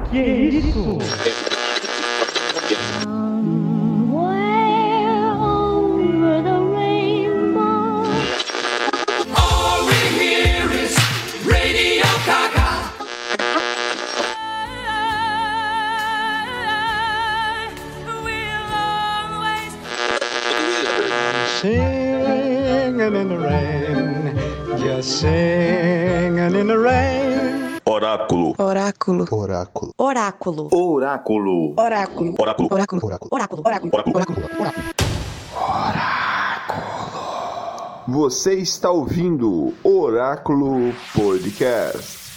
Que isso? Singing in the rain, just singing in the rain. Oráculo. Oráculo. Oráculo. Oráculo. Oráculo. Oráculo. Oráculo. Oráculo. Oráculo. Oráculo. Oráculo. Oráculo. Você está ouvindo Oráculo Podcast.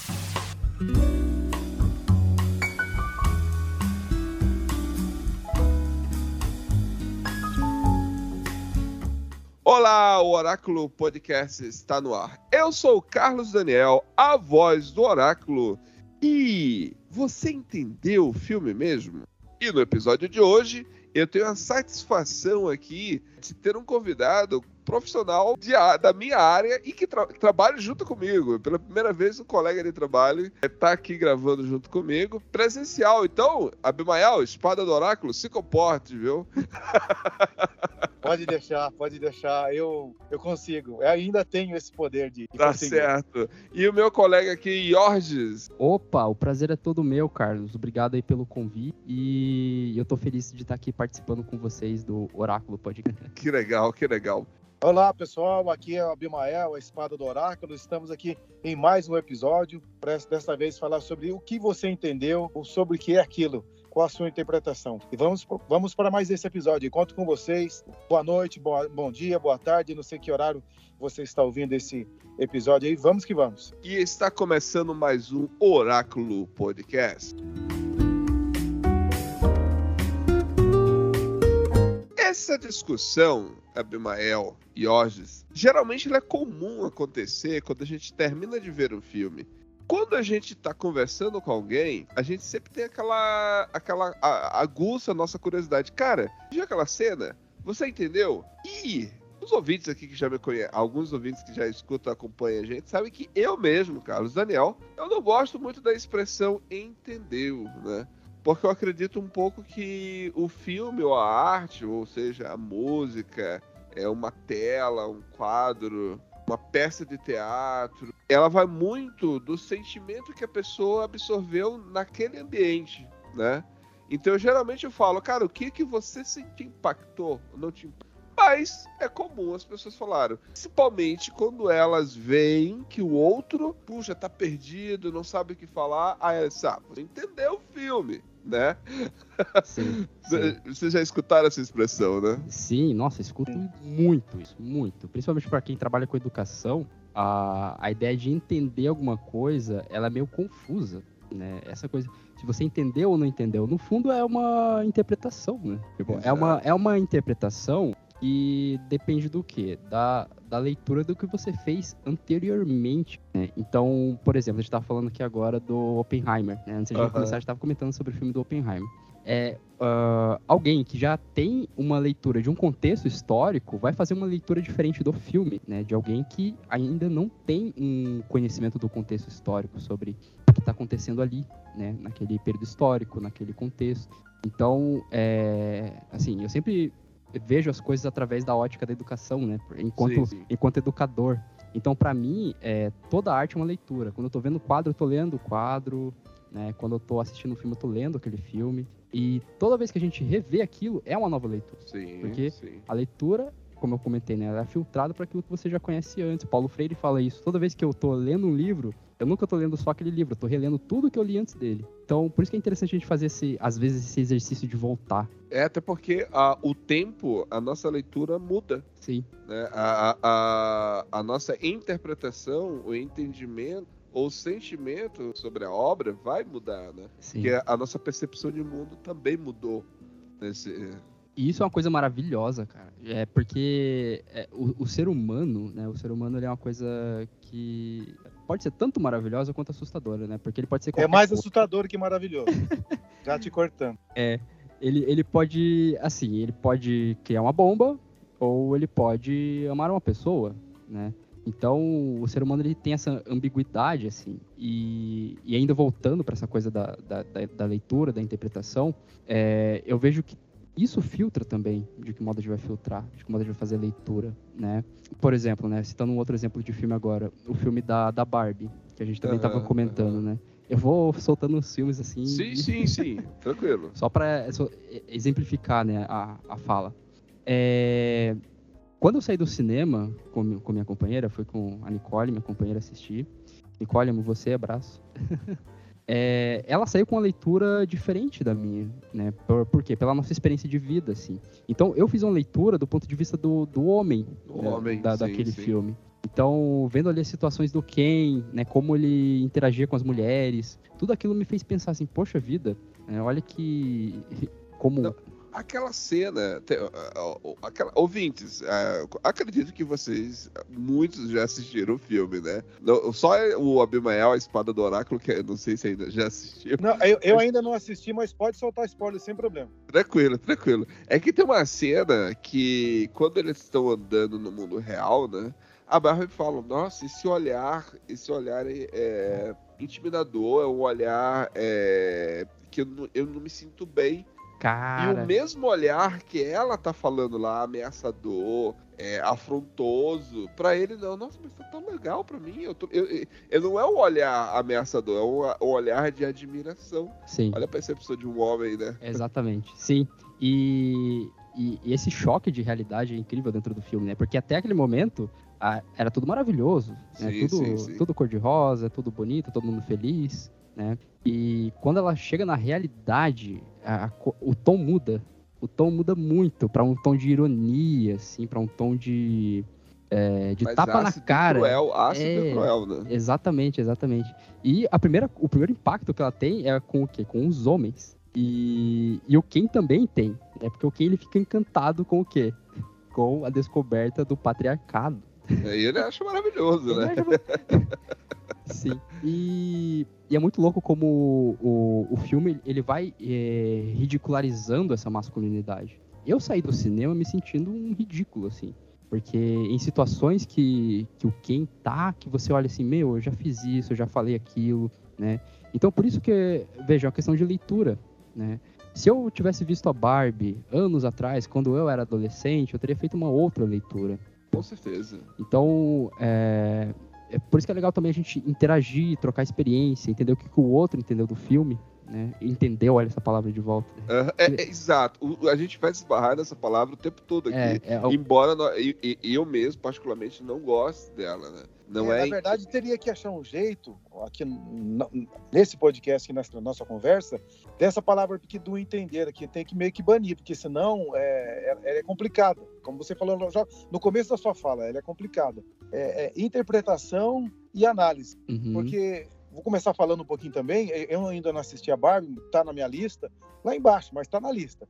Olá, o Oráculo Podcast está no ar. Eu sou o Carlos Daniel, a voz do Oráculo. E você entendeu o filme mesmo? E no episódio de hoje, eu tenho a satisfação aqui de ter um convidado profissional da minha área e que trabalha junto comigo. Pela primeira vez, um colega de trabalho está aqui gravando junto comigo, presencial. Então, Abimael, espada do Oráculo, se comporte, viu? Pode deixar, eu consigo. Eu ainda tenho esse poder de Tá conseguir. certo. E o meu colega aqui, Jorges. Opa, o prazer é todo meu, Carlos. Obrigado aí pelo convite e eu tô feliz de estar aqui participando com vocês do Oráculo Podcast. Que legal, que legal. Olá, pessoal. Aqui é o Abimael, a espada do Oráculo. Estamos aqui em mais um episódio. Para dessa vez falar sobre o que você entendeu, ou sobre o que é aquilo. Qual a sua interpretação? E vamos para mais esse episódio. Conto com vocês. Boa noite, bom dia, boa tarde. Não sei que horário você está ouvindo esse episódio aí. Vamos que vamos. E está começando mais um Oráculo Podcast. Essa discussão, Abimael e Jorges, geralmente ela é comum acontecer quando a gente termina de ver um filme. Quando a gente tá conversando com alguém, a gente sempre tem aguça a nossa curiosidade. Cara, viu aquela cena? Você entendeu? E os ouvintes aqui que já me conhecem, alguns ouvintes que já escutam, acompanham a gente, sabem que eu mesmo, Carlos Daniel, eu não gosto muito da expressão entendeu, né? Porque eu acredito um pouco que o filme ou a arte, ou seja, a música, é uma tela, um quadro, uma peça de teatro, ela vai muito do sentimento que a pessoa absorveu naquele ambiente, né? Então, geralmente eu falo, cara, o que você se te impactou, não te impactou? Mas é comum as pessoas falaram, principalmente quando elas veem que o outro, puxa, tá perdido, não sabe o que falar, aí elas sabem, você entendeu o filme, né? Sim. Vocês já escutaram essa expressão, né? Sim, nossa, escuto muito isso, muito. Principalmente para quem trabalha com educação, a ideia de entender alguma coisa, ela é meio confusa, né? Essa coisa, se você entendeu ou não entendeu, no fundo é uma interpretação, né? Tipo, é uma interpretação e depende do quê? Da leitura do que você fez anteriormente, né? Então, por exemplo, a gente estava falando aqui agora do Oppenheimer, né? Antes de começar, a gente estava comentando sobre o filme do Oppenheimer. Alguém que já tem uma leitura de um contexto histórico vai fazer uma leitura diferente do filme, né? De alguém que ainda não tem um conhecimento do contexto histórico sobre o que está acontecendo ali, né? Naquele período histórico, naquele contexto. Então, assim, eu sempre vejo as coisas através da ótica da educação, né? Enquanto educador. Então, para mim, toda arte é uma leitura. Quando eu tô vendo o quadro, eu tô lendo o quadro, né? Quando eu tô assistindo um filme, eu tô lendo aquele filme. E toda vez que a gente revê aquilo, é uma nova leitura. Sim, porque sim. a leitura, como eu comentei, né? Ela é filtrada para aquilo que você já conhece antes. Paulo Freire fala isso. Toda vez que eu tô lendo um livro, eu nunca tô lendo só aquele livro, eu tô relendo tudo que eu li antes dele. Então, por isso que é interessante a gente fazer, às vezes, esse exercício de voltar. Até porque o tempo, a nossa leitura muda. Sim. Né? A nossa interpretação, o entendimento ou sentimento sobre a obra vai mudar, né? Sim. Porque a nossa percepção de mundo também mudou. E isso é uma coisa maravilhosa, cara. Porque o ser humano, né? O ser humano ele é uma coisa que pode ser tanto maravilhosa quanto assustadora, né? Porque ele pode ser É mais assustador que maravilhoso. Já te cortando. Ele pode, assim, ele pode criar uma bomba ou ele pode amar uma pessoa, né? Então, o ser humano ele tem essa ambiguidade, assim, e ainda voltando para essa coisa da leitura, da interpretação, eu vejo que isso filtra também de que modo a gente vai filtrar, de que modo a gente vai fazer a leitura, né? Por exemplo, né, citando um outro exemplo de filme agora, o filme da Barbie, que a gente também estava comentando, né? Eu vou soltando os filmes assim... Sim, tranquilo. Só para exemplificar, né, a fala. Quando eu saí do cinema com minha companheira, fui com a Nicole, minha companheira, assistir. Nicole, amo você, abraço. Ela saiu com uma leitura diferente da minha, né? Por quê? Pela nossa experiência de vida, assim. Então, eu fiz uma leitura do ponto de vista do homem, daquele filme. Então, vendo ali as situações do Ken, né? Como ele interagia com as mulheres, tudo aquilo me fez pensar assim, poxa vida, olha que... como... Não. Aquela cena, ouvintes, acredito que muitos já assistiram o filme, né? Só o Abimael, a Espada do Oráculo, que eu não sei se ainda já assistiu. Não, eu ainda não assisti, mas pode soltar spoiler sem problema. Tranquilo. É que tem uma cena que, quando eles estão andando no mundo real, né? A Barbie fala, nossa, esse olhar é intimidador, é um olhar que eu não me sinto bem. Cara... E o mesmo olhar que ela tá falando lá, ameaçador, afrontoso, pra ele não, nossa, mas tá tão legal pra mim. Não é um olhar ameaçador, é um olhar de admiração. Sim. Olha a percepção de um homem, né? Exatamente, sim. E esse choque de realidade é incrível dentro do filme, né? Porque até aquele momento era tudo maravilhoso, né? Sim. Tudo cor-de-rosa, tudo bonito, todo mundo feliz, né? E quando ela chega na realidade, o tom muda. O tom muda muito para um tom de ironia, assim, para um tom de tapa na cara. Ácido e cruel, né? Exatamente. E o primeiro impacto que ela tem é com o quê? Com os homens. E o Ken também tem, né? Porque o Ken ele fica encantado com o quê? Com a descoberta do patriarcado. E ele acha maravilhoso, né? Sim. E é muito louco como o filme ele vai ridicularizando essa masculinidade. Eu saí do cinema me sentindo um ridículo, assim. Porque em situações que o Ken tá, que você olha assim, eu já fiz isso, eu já falei aquilo, né? Então, por isso que, veja, é uma questão de leitura, né? Se eu tivesse visto a Barbie anos atrás, quando eu era adolescente, eu teria feito uma outra leitura. Com certeza. Então, por isso que é legal também a gente interagir, trocar experiência, entender o que o outro entendeu do filme, né? Entendeu, olha essa palavra de volta. Exato. A gente vai esbarrar nessa palavra o tempo todo aqui. Embora eu mesmo, particularmente, não goste dela, né? Na verdade, teria que achar um jeito, aqui nesse podcast, aqui nessa nossa conversa, dessa palavra do entender aqui, tem que meio que banir, porque senão ela é complicada. Como você falou no começo da sua fala, ela é complicada. Interpretação e análise. Uhum. Porque, vou começar falando um pouquinho também, eu ainda não assisti a Barbie, tá na minha lista, lá embaixo, mas tá na lista.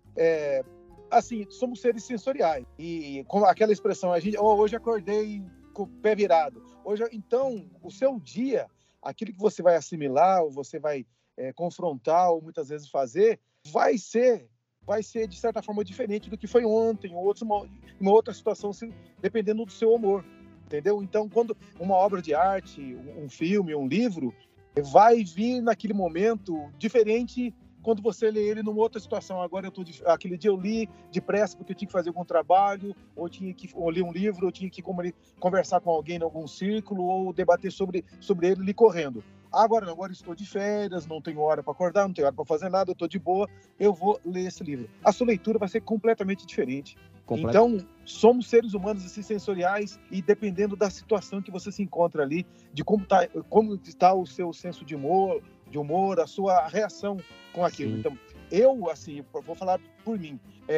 Assim, somos seres sensoriais. E com aquela expressão, hoje acordei com o pé virado. Então, o seu dia, aquilo que você vai assimilar, ou você vai confrontar, ou muitas vezes fazer, vai ser de certa forma diferente do que foi ontem, ou uma outra situação, dependendo do seu humor, entendeu? Então, quando uma obra de arte, um filme, um livro, vai vir naquele momento diferente quando você lê ele numa outra situação. Agora aquele dia eu li depressa porque eu tinha que fazer algum trabalho, ou li um livro, ou tinha que conversar com alguém em algum círculo, ou debater sobre ele li correndo. Agora estou de férias, não tenho hora para acordar, não tenho hora para fazer nada, eu estou de boa, eu vou ler esse livro. A sua leitura vai ser completamente diferente. Então, somos seres humanos assim, sensoriais, e dependendo da situação que você se encontra ali, de como está o seu senso de humor, a sua reação com aquilo. Sim. Então, eu, assim, vou falar por mim.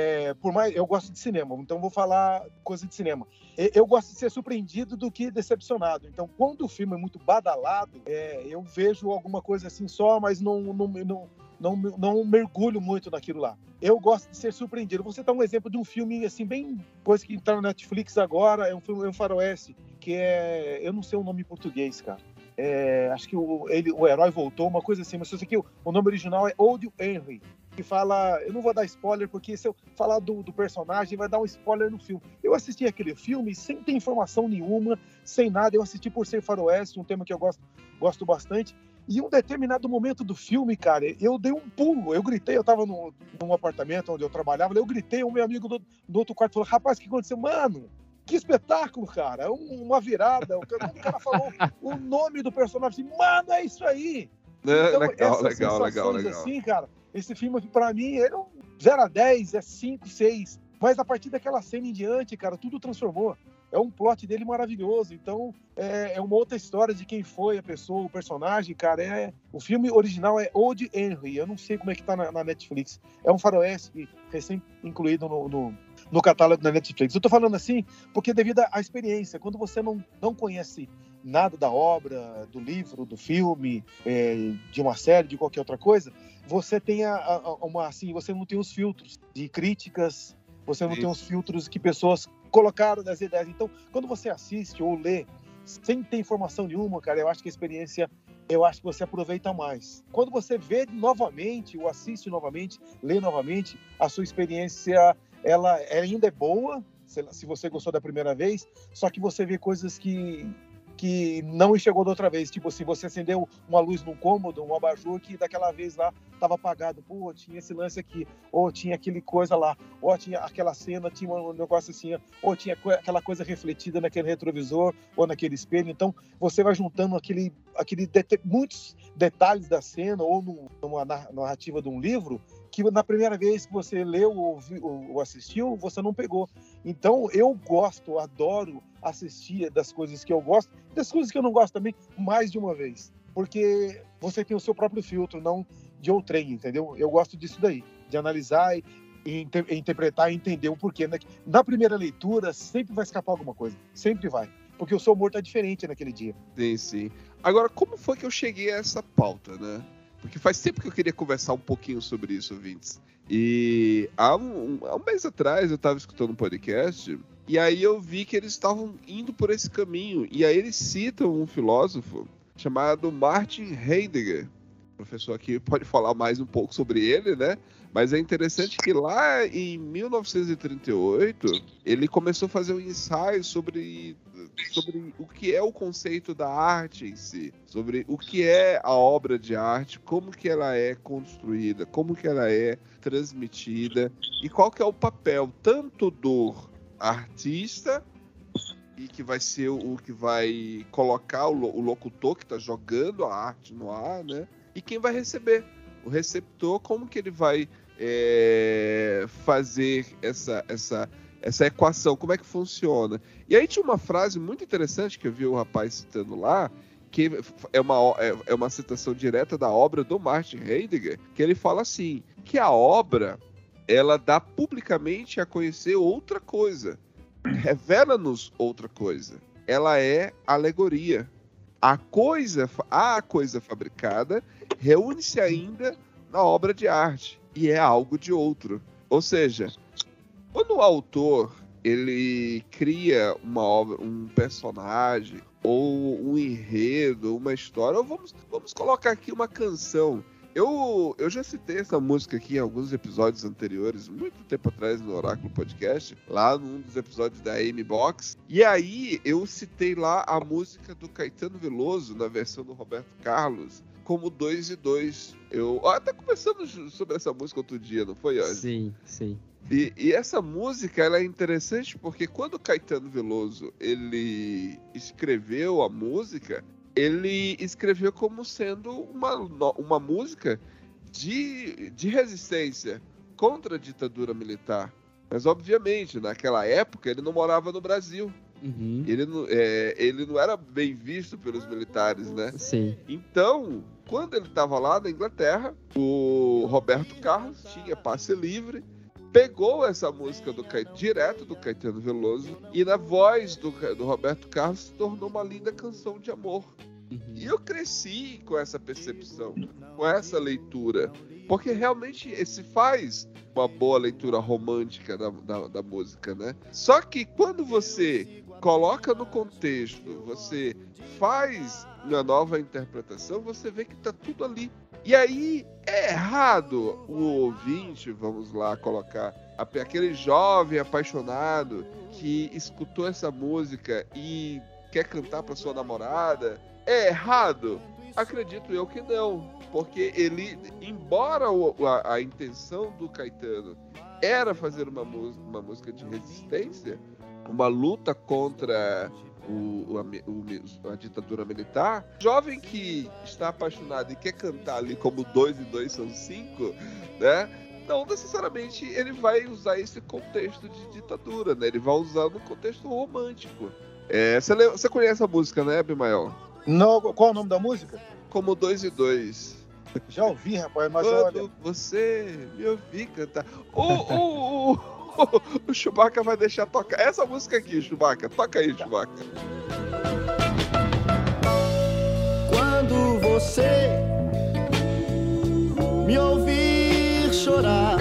Eu gosto de cinema, então vou falar coisa de cinema. Eu gosto de ser surpreendido do que decepcionado. Então, quando o filme é muito badalado, eu vejo alguma coisa assim só, mas não mergulho muito naquilo lá. Eu gosto de ser surpreendido. Você dá um exemplo de um filme, assim, bem... coisa que está na Netflix agora, é um faroeste, que eu não sei o nome em português, cara. Acho que o herói voltou, uma coisa assim, mas eu sei que o nome original é Old Henry. que fala... Eu não vou dar spoiler, porque se eu falar do personagem, vai dar um spoiler no filme. Eu assisti aquele filme sem ter informação nenhuma, sem nada. Eu assisti por ser faroeste, um tema que eu gosto bastante. E em um determinado momento do filme, cara, eu dei um pulo. Eu gritei, eu tava num apartamento onde eu trabalhava, eu gritei, o meu amigo do outro quarto falou, rapaz, o que aconteceu? Mano, que espetáculo, cara. Uma virada. O cara falou o nome do personagem, assim, mano, é isso aí. Então, Legal. Assim, cara, esse filme, pra mim, ele é um 0-10, é 5, 6. Mas a partir daquela cena em diante, cara, tudo transformou. É um plot dele maravilhoso. Então, é uma outra história de quem foi a pessoa, o personagem, cara. O filme original é Old Henry. Eu não sei como é que tá na Netflix. É um faroeste recém-incluído no catálogo da Netflix. Eu tô falando assim porque devido à experiência, quando você não conhece nada da obra, do livro, do filme, de uma série, de qualquer outra coisa, você tem você não tem os filtros de críticas, você não tem os filtros que pessoas colocaram das ideias. Então, quando você assiste ou lê sem ter informação nenhuma, cara, eu acho que a experiência, eu acho que você aproveita mais. Quando você vê novamente, ou assiste novamente, lê novamente, a sua experiência, ela ainda é boa, se você gostou da primeira vez, só que você vê coisas que não enxergou da outra vez. Tipo assim, você acendeu uma luz num cômodo, um abajur que daquela vez lá estava apagado. Pô, tinha esse lance aqui. Ou tinha aquele coisa lá. Ou tinha aquela cena, tinha um negócio assim. Ou tinha aquela coisa refletida naquele retrovisor ou naquele espelho. Então, você vai juntando muitos detalhes da cena ou numa narrativa de um livro que na primeira vez que você leu ou assistiu, você não pegou. Então, eu adoro assistir das coisas que eu gosto, das coisas que eu não gosto também, mais de uma vez. Porque você tem o seu próprio filtro, não de outrem, entendeu? Eu gosto disso daí, de analisar e interpretar e entender o porquê. Na primeira leitura, sempre vai escapar alguma coisa. Sempre vai. Porque o seu humor tá diferente naquele dia. Sim. Agora, como foi que eu cheguei a essa pauta, né? Porque faz tempo que eu queria conversar um pouquinho sobre isso, ouvintes. E há um mês atrás eu estava escutando um podcast e aí eu vi que eles estavam indo por esse caminho. E aí eles citam um filósofo chamado Martin Heidegger. O professor aqui pode falar mais um pouco sobre ele, né? Mas é interessante que lá em 1938 ele começou a fazer um ensaio sobre o que é o conceito da arte em si, sobre o que é a obra de arte, como que ela é construída, como que ela é transmitida e qual que é o papel tanto do artista, e que vai ser o que vai colocar o locutor que está jogando a arte no ar, né? E quem vai receber, o receptor, como que ele vai fazer essa equação, como é que funciona. E aí tinha uma frase muito interessante que eu vi o rapaz citando lá, que é uma citação direta da obra do Martin Heidegger, que ele fala assim, que a obra, ela dá publicamente a conhecer outra coisa, revela-nos outra coisa. Ela é alegoria. A coisa fabricada reúne-se ainda na obra de arte e é algo de outro. Ou seja, quando o autor ele cria uma obra, um personagem ou um enredo, uma história, ou vamos colocar aqui uma canção. Eu já citei essa música aqui em alguns episódios anteriores, muito tempo atrás no Oráculo Podcast, lá num dos episódios da Amy Box. E aí eu citei lá a música do Caetano Veloso, na versão do Roberto Carlos, como 2 e 2. Eu até conversando sobre essa música outro dia, não foi, Jorge? Sim. E essa música ela é interessante porque quando o Caetano Veloso ele escreveu a música, ele escreveu como sendo uma música de resistência contra a ditadura militar. Mas, obviamente, naquela época, ele não morava no Brasil. Uhum. Ele não era bem visto pelos militares, né? Sim. Então, quando ele estava lá na Inglaterra, o Roberto Carlos tinha passe livre, pegou essa música direto do Caetano Veloso e na voz do Roberto Carlos se tornou uma linda canção de amor. Uhum. E eu cresci com essa percepção, com essa leitura, porque realmente se faz uma boa leitura romântica da música, né? Só que quando você coloca no contexto, você faz uma nova interpretação, você vê que tá tudo ali. E aí é errado o ouvinte, vamos lá colocar, aquele jovem apaixonado que escutou essa música e quer cantar para sua namorada, é errado? Acredito eu que não, porque ele, embora a intenção do Caetano era fazer uma música de resistência, uma luta contra a ditadura militar, jovem que está apaixonado e quer cantar ali como 2 e 2 são 5, né? Não necessariamente ele vai usar esse contexto de ditadura, né? Ele vai usar no contexto romântico. Você conhece a música, né, Abimael? Não, qual é o nome da música? Como 2 e 2. Já ouvi, rapaz, mas Quando olha... você me ouvir cantar... O Chewbacca vai deixar tocar essa música aqui, Chewbacca. Toca aí, Chewbacca. Quando você me ouvir chorar.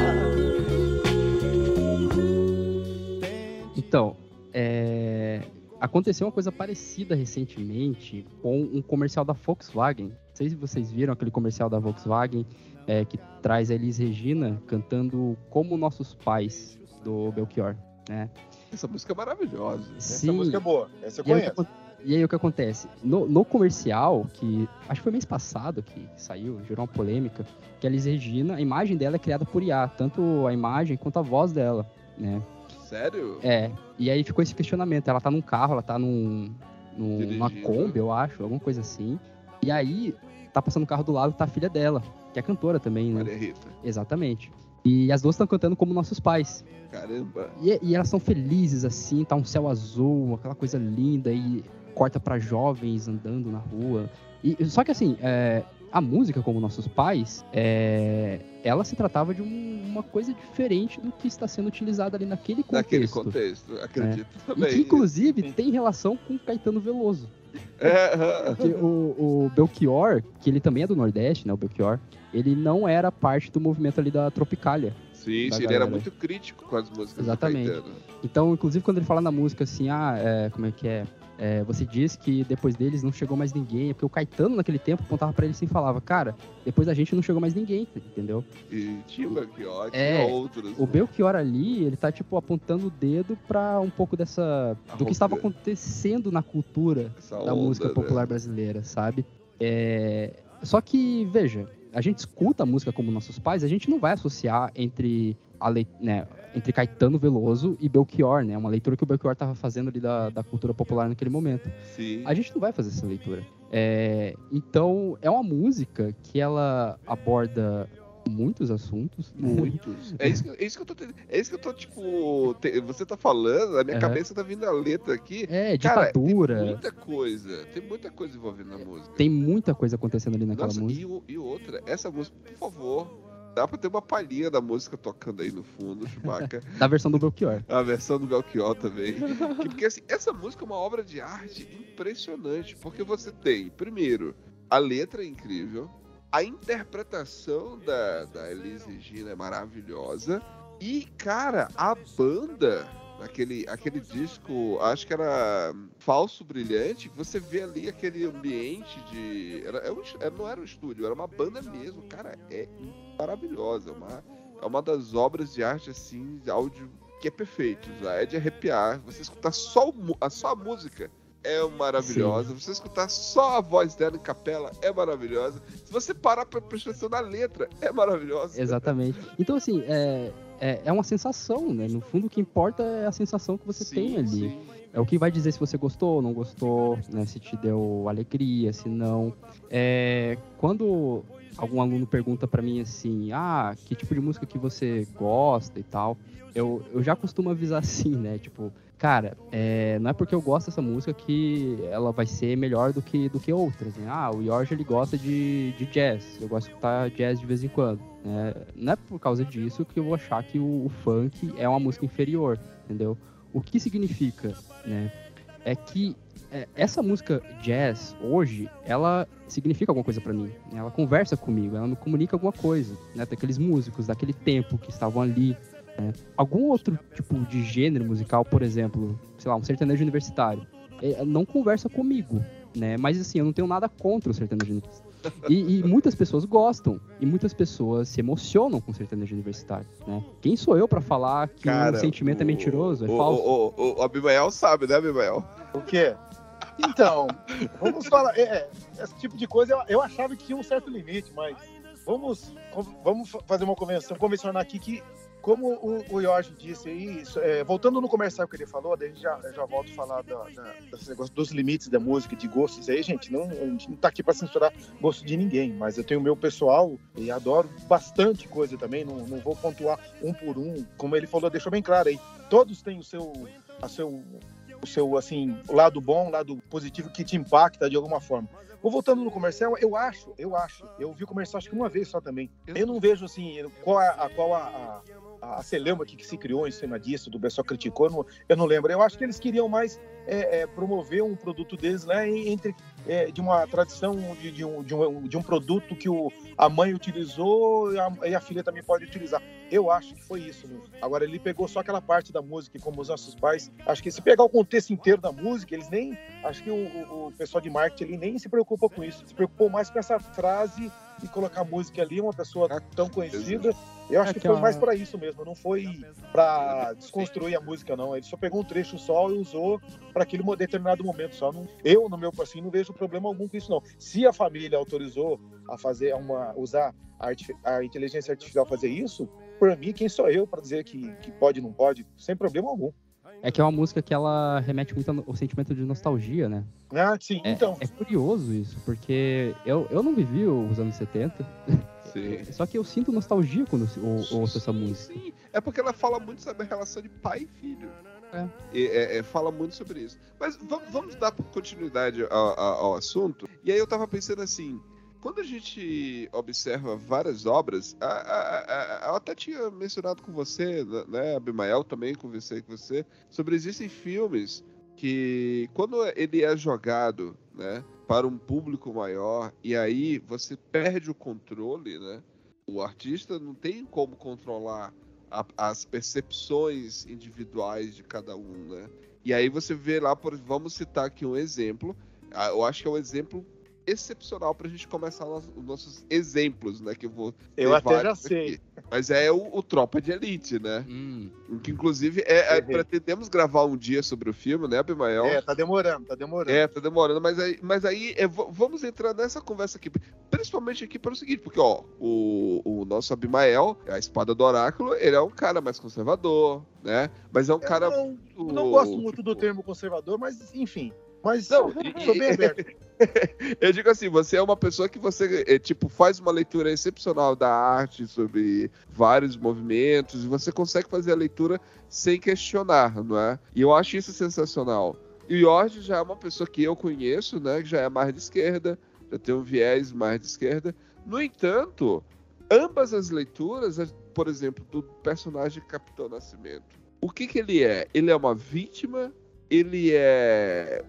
Então, aconteceu uma coisa parecida recentemente com um comercial da Volkswagen. Não sei se vocês viram aquele comercial da Volkswagen que traz a Elis Regina cantando Como Nossos Pais, do Belchior, né? Essa música é maravilhosa. Sim. Essa música é boa, essa eu conheço. E aí o que acontece? No comercial, que acho que foi mês passado que saiu, gerou uma polêmica, que a Elis Regina, a imagem dela é criada por IA, tanto a imagem quanto a voz dela, né? Sério? E aí ficou esse questionamento, ela tá num carro, ela tá numa Kombi, eu acho, alguma coisa assim, e aí tá passando o carro do lado, tá a filha dela, que é cantora também, né? Maria Rita. Exatamente. E as duas estão cantando Como Nossos Pais. Caramba. E elas são felizes, assim, tá um céu azul, aquela coisa linda, e corta pra jovens andando na rua. Só que assim, a música Como Nossos Pais, ela se tratava de uma coisa diferente do que está sendo utilizado ali naquele contexto. Naquele contexto, acredito também. E que, inclusive, tem relação com Caetano Veloso. Porque o Belchior, que ele também é do Nordeste, né, o Belchior, ele não era parte do movimento ali da Tropicália. Sim, ele era muito crítico com as músicas. Exatamente. Do Caetano. Então, inclusive, quando ele fala na música assim, como é que é? Você diz que depois deles não chegou mais ninguém, porque o Caetano naquele tempo apontava pra ele assim e falava, cara, depois da gente não chegou mais ninguém, entendeu? E tinha o Belchior, tinha outros. O Belchior ali, ele tá tipo apontando o dedo pra um pouco do que estava acontecendo na cultura da música popular brasileira, sabe? Só que, veja, a gente escuta a música Como Nossos Pais, a gente não vai associar entre Caetano Veloso e Belchior, né? Uma leitura que o Belchior estava fazendo ali da cultura popular naquele momento. Sim. A gente não vai fazer essa leitura. Então, é uma música que ela aborda muitos assuntos. Muitos. É isso que eu tô tendo. É isso que eu tô, tipo... você tá falando, na minha cabeça tá vindo a letra aqui. Ditadura. Cara, tem muita coisa envolvendo na música. Tem muita coisa acontecendo ali naquela música. E outra, essa música, por favor... Dá pra ter uma palhinha da música tocando aí no fundo, Chewbacca. Da versão do Belchior. A versão do Belchior também. Porque assim, essa música é uma obra de arte impressionante. Porque você tem, primeiro, a letra é incrível. A interpretação da Elis Regina é maravilhosa. E, cara, a banda... Aquele disco, acho que era Falso Brilhante, você vê ali aquele ambiente de... não era um estúdio, era uma banda mesmo. Cara, é maravilhosa. É uma das obras de arte, assim, de áudio que é perfeito. Já é de arrepiar. Você escutar só a música é maravilhosa. Sim. Você escutar só a voz dela em capela é maravilhosa. Se você parar pra prestar atenção na letra, é maravilhosa. Exatamente. Então, assim, é uma sensação, né? No fundo, o que importa é a sensação que você tem ali. Sim. É o que vai dizer se você gostou ou não gostou, né? Se te deu alegria, se não. Quando algum aluno pergunta pra mim assim, que tipo de música que você gosta e tal, eu já costumo avisar assim, né? Tipo, cara, não é porque eu gosto dessa música que ela vai ser melhor do que outras, né? O Jorge, ele gosta de jazz, eu gosto de escutar jazz de vez em quando. Não é por causa disso que eu vou achar que o funk é uma música inferior, entendeu? O que significa, né? É que essa música jazz, hoje, ela significa alguma coisa pra mim. Né? Ela conversa comigo, ela me comunica alguma coisa, né? Daqueles músicos, daquele tempo que estavam ali. Né? Algum outro tipo de gênero musical, por exemplo, sei lá, um sertanejo universitário, não conversa comigo, né? Mas assim, eu não tenho nada contra o sertanejo E muitas pessoas gostam. E muitas pessoas se emocionam com sertanejo universitário, né? Quem sou eu pra falar que Cara, o sentimento é mentiroso, é falso? O Abimael sabe, né, Abimael? O quê? Então, vamos falar. Esse tipo de coisa eu achava que tinha um certo limite, mas vamos fazer uma convencionar aqui que, como o Jorge disse aí, voltando no comercial que ele falou, daí já volto a falar desse negócio dos limites da música, de gostos aí, gente. A gente não tá aqui para censurar gosto de ninguém, mas eu tenho o meu pessoal e adoro bastante coisa também, não vou pontuar um por um, como ele falou, deixou bem claro aí. Todos têm o seu assim, lado bom, lado positivo que te impacta de alguma forma. Vou voltando no comercial, eu vi o comercial acho que uma vez só também. Eu não vejo assim, qual a celeuma que se criou em cima disso, do pessoal criticou, eu não lembro. Eu acho que eles queriam mais promover um produto deles, né, de uma tradição, de um produto que a mãe utilizou e a filha também pode utilizar. Eu acho que foi isso, né? Agora, ele pegou só aquela parte da música, como os nossos pais. Acho que se pegar o contexto inteiro da música, eles nem... Acho que o pessoal de marketing ali nem se preocupou com isso. Se preocupou mais com essa frase e colocar a música ali, uma pessoa tão conhecida. Eu acho que foi mais para isso mesmo, não foi para desconstruir a música, não. Ele só pegou um trecho só e usou para aquele determinado momento só. Eu, no meu assim, não vejo problema algum com isso, não. Se a família autorizou a fazer usar a inteligência artificial fazer isso, por mim, quem sou eu para dizer que pode ou não pode, sem problema algum. É que é uma música que ela remete muito ao sentimento de nostalgia, né? Ah, sim, então. É curioso isso, porque eu não vivi os anos 70, Sim. só que eu sinto nostalgia quando eu ouço essa música. Sim, é porque ela fala muito sobre a relação de pai e filho. Fala muito sobre isso. Mas vamos dar continuidade ao assunto. E aí eu tava pensando assim, quando a gente observa várias obras, eu até tinha mencionado com você, né, Abimael, também conversei com você, sobre existem filmes que, quando ele é jogado, né, para um público maior, e aí você perde o controle, né, o artista não tem como controlar as percepções individuais de cada um, né, e aí você vê lá, vamos citar aqui um exemplo, eu acho que é um exemplo excepcional pra gente começar os nossos exemplos, né? Que eu até já sei. Mas é o Tropa de Elite, né? Que inclusive pretendemos gravar um dia sobre o filme, né, Abimael? Tá demorando. Tá demorando, mas aí vamos entrar nessa conversa aqui, principalmente aqui para o seguinte, porque ó, o nosso Abimael, a espada do oráculo, ele é um cara mais conservador, né? Mas é um cara... Eu não gosto muito do termo conservador, mas enfim... Mas não, sou bem aberto. Eu digo assim, você é uma pessoa que você faz uma leitura excepcional da arte sobre vários movimentos e você consegue fazer a leitura sem questionar, não é? E eu acho isso sensacional. E o Jorge já é uma pessoa que eu conheço, né? Que já é mais de esquerda, já tem um viés mais de esquerda. No entanto, ambas as leituras, por exemplo, do personagem Capitão Nascimento, o que ele é? Ele é uma vítima... Ele é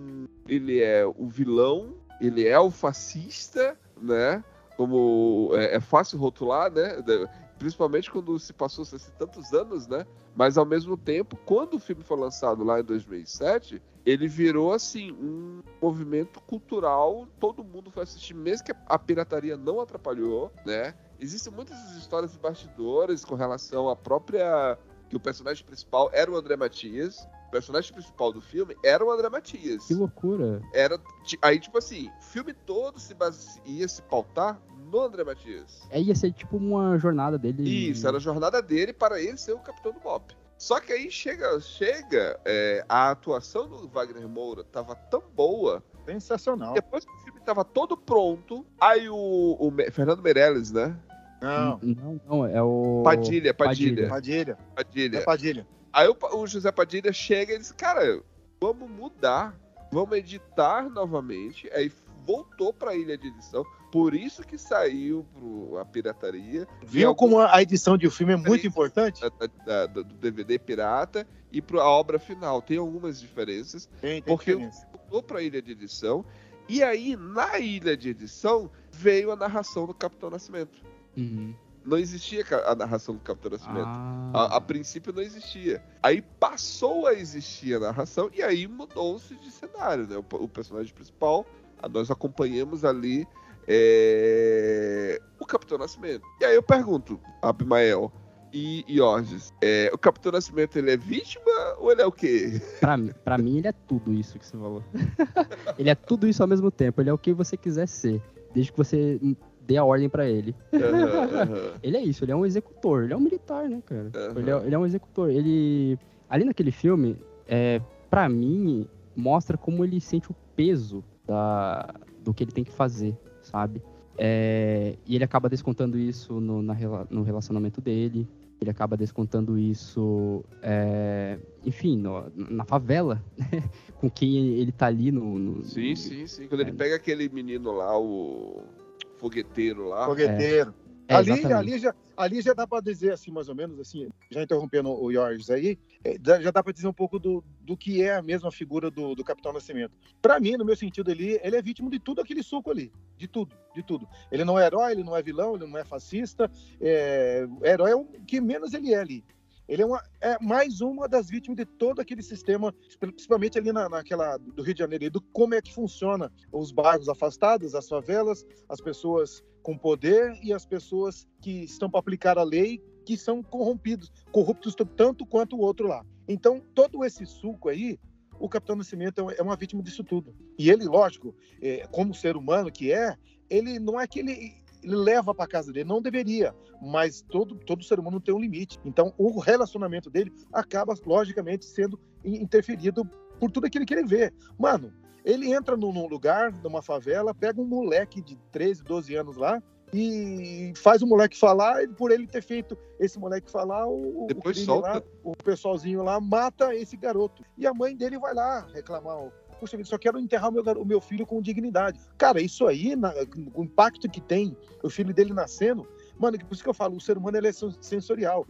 o vilão, ele é o fascista, né? Como é fácil rotular, né? Principalmente quando se passou tantos anos, né? Mas ao mesmo tempo, quando o filme foi lançado lá em 2007, ele virou assim um movimento cultural. Todo mundo foi assistir, mesmo que a pirataria não atrapalhou, né? Existem muitas histórias de bastidores com relação à própria... que o personagem principal era o André Matias. O personagem principal do filme era o André Matias. Que loucura. Aí, tipo assim, o filme todo ia se pautar no André Matias. Ia ser tipo uma jornada dele. Isso, era a jornada dele para ele ser o capitão do BOPE. Só que aí chega a atuação do Wagner Moura tava tão boa. Sensacional. Depois que o filme tava todo pronto, aí o Fernando Meirelles, né? Não, é o... Padilha. É Padilha. Aí o José Padilha chega e diz, cara, vamos mudar, vamos editar novamente. Aí voltou pra ilha de edição, por isso que saiu a pirataria. Viu como a edição de um filme é muito importante? Do DVD pirata e a obra final. Tem algumas diferenças. Tem porque diferença. Voltou pra ilha de edição, e aí na ilha de edição veio a narração do Capitão Nascimento. Não existia a narração do Capitão Nascimento. A princípio não existia. Aí passou a existir a narração e aí mudou-se de cenário, né? O personagem principal, nós acompanhamos ali o Capitão Nascimento. E aí eu pergunto, Abimael e Orges, o Capitão Nascimento, ele é vítima ou ele é o quê? Pra mim, ele é tudo isso que você falou. Ele é tudo isso ao mesmo tempo. Ele é o que você quiser ser, desde que você dê a ordem pra ele. Ele é isso, ele é um executor. Ele é um militar, né, cara? Ele é um executor. Ele... Ali naquele filme, pra mim, mostra como ele sente o peso do que ele tem que fazer, sabe? E ele acaba descontando isso no relacionamento dele. Ele acaba descontando isso, enfim, na favela, com quem ele tá ali no... Sim. Quando ele pega aquele menino lá, o fogueteiro lá. Fogueteiro. Ali já dá para dizer, assim, mais ou menos, assim, já interrompendo o Jorge aí, já dá para dizer um pouco do que é a mesma figura do Capitão Nascimento. Para mim, no meu sentido, ele é vítima de tudo aquele suco ali, de tudo. Ele não é herói, ele não é vilão, ele não é fascista, herói é o que menos ele é ali. Ele é mais uma das vítimas de todo aquele sistema, principalmente ali naquela do Rio de Janeiro, do como é que funciona os bairros afastados, as favelas, as pessoas com poder e as pessoas que estão para aplicar a lei, que são corruptos tanto quanto o outro lá. Então, todo esse suco aí, o Capitão Nascimento é uma vítima disso tudo. E ele, lógico, como ser humano que ele não é que ele leva para casa dele, não deveria, mas todo ser humano tem um limite. Então, o relacionamento dele acaba, logicamente, sendo interferido por tudo aquilo que ele vê. Mano, ele entra num lugar, numa favela, pega um moleque de 13, 12 anos lá e faz o moleque falar, e por ele ter feito esse moleque falar, depois solta. Lá, o pessoalzinho lá mata esse garoto. E a mãe dele vai lá reclamar, puxa vida, só quero enterrar o meu filho com dignidade. Cara, isso aí, o impacto que tem o filho dele nascendo, mano, por isso que eu falo, o ser humano ele é sensorial.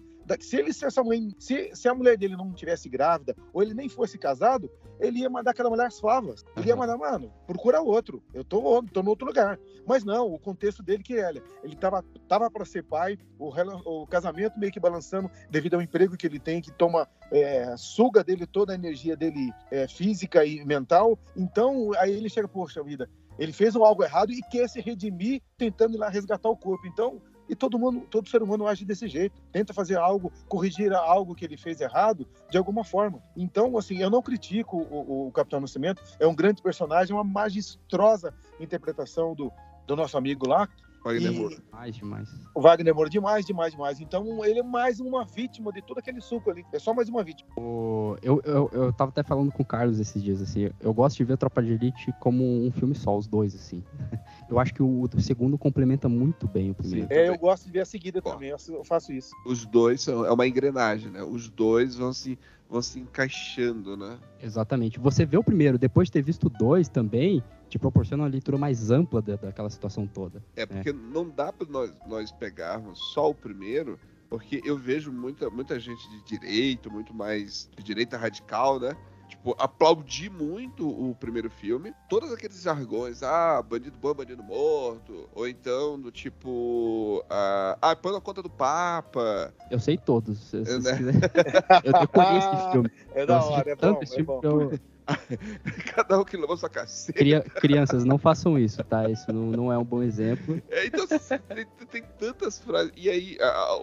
Se a mulher dele não tivesse grávida, ou ele nem fosse casado, ele ia mandar aquela mulher às favas. Ele ia mandar, mano, procura outro. Eu tô no outro lugar. Mas não, o contexto dele que ele tava para ser pai, o casamento meio que balançando devido ao emprego que ele tem, que suga dele toda a energia dele física e mental. Então, aí ele chega, poxa vida, ele fez algo errado e quer se redimir tentando ir lá resgatar o corpo. Então, e todo ser humano age desse jeito. Tenta fazer algo, corrigir algo que ele fez errado de alguma forma. Então, assim, eu não critico o Capitão Nascimento. É um grande personagem, uma magistrosa interpretação do nosso amigo lá. Wagner Moura. Demais. O Wagner Moura, demais. Então, ele é mais uma vítima de todo aquele suco ali. É só mais uma vítima. Eu tava até falando com o Carlos esses dias, assim. Eu gosto de ver Tropa de Elite como um filme só, os dois, assim. Eu acho que o segundo complementa muito bem o primeiro. Sim, eu gosto de ver a seguida também. Eu faço isso. Os dois é uma engrenagem, né? Os dois vão se encaixando, né? Exatamente. Você vê o primeiro, depois de ter visto o dois também, te proporciona uma leitura mais ampla daquela situação toda. Porque não dá pra nós pegarmos só o primeiro, porque eu vejo muita gente de direito, muito mais de direita radical, né? Tipo, aplaudi muito o primeiro filme. Todos aqueles jargões, bandido bom, bandido morto. Ou então, do tipo, põe na conta do Papa. Eu sei todos. Se eu decorei esse filme. É da hora, é bom. Cada um que levou sua caceta. Crianças, não façam isso, tá? Isso não é um bom exemplo. Então, tem tantas frases. E aí,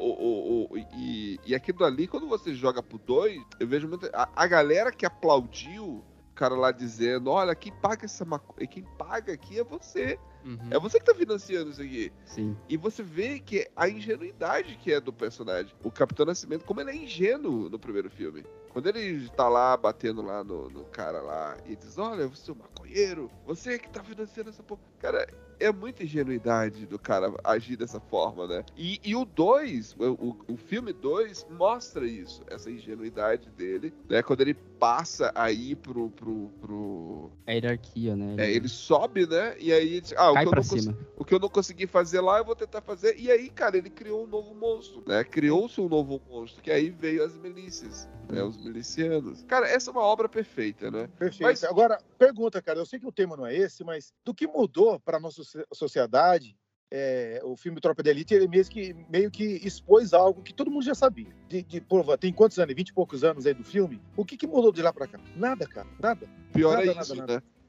e aquilo ali, quando você joga pro 2, eu vejo muita... A galera que aplaudiu o cara lá dizendo, olha, quem paga essa maconha, quem paga aqui é você. Uhum. É você que tá financiando isso aqui. Sim. E você vê que a ingenuidade que é do personagem. O Capitão Nascimento, como ele é ingênuo no primeiro filme. Quando ele tá lá, batendo lá no cara lá, e diz, olha, você é um maconheiro, você que tá financiando essa porra. Cara, é muita ingenuidade do cara agir dessa forma, né? E o 2, o filme 2 mostra isso, essa ingenuidade dele, né? Quando ele passa aí pro... É a hierarquia, né? Ele sobe, né? E aí ele diz, o que eu não consegui fazer lá, eu vou tentar fazer. E aí, cara, ele criou um novo monstro, né? Criou-se um novo monstro, que aí veio as milícias, né? Os milicianos. Cara, essa é uma obra perfeita, né? Perfeito. Mas... Agora, pergunta, cara, eu sei que o tema não é esse, mas do que mudou pra nossa sociedade, o filme Tropa de Elite, ele meio que expôs algo que todo mundo já sabia. Tem quantos anos? 20 e poucos anos aí do filme? O que mudou de lá pra cá? Nada, cara. Nada. Pior nada, é isso, nada. né?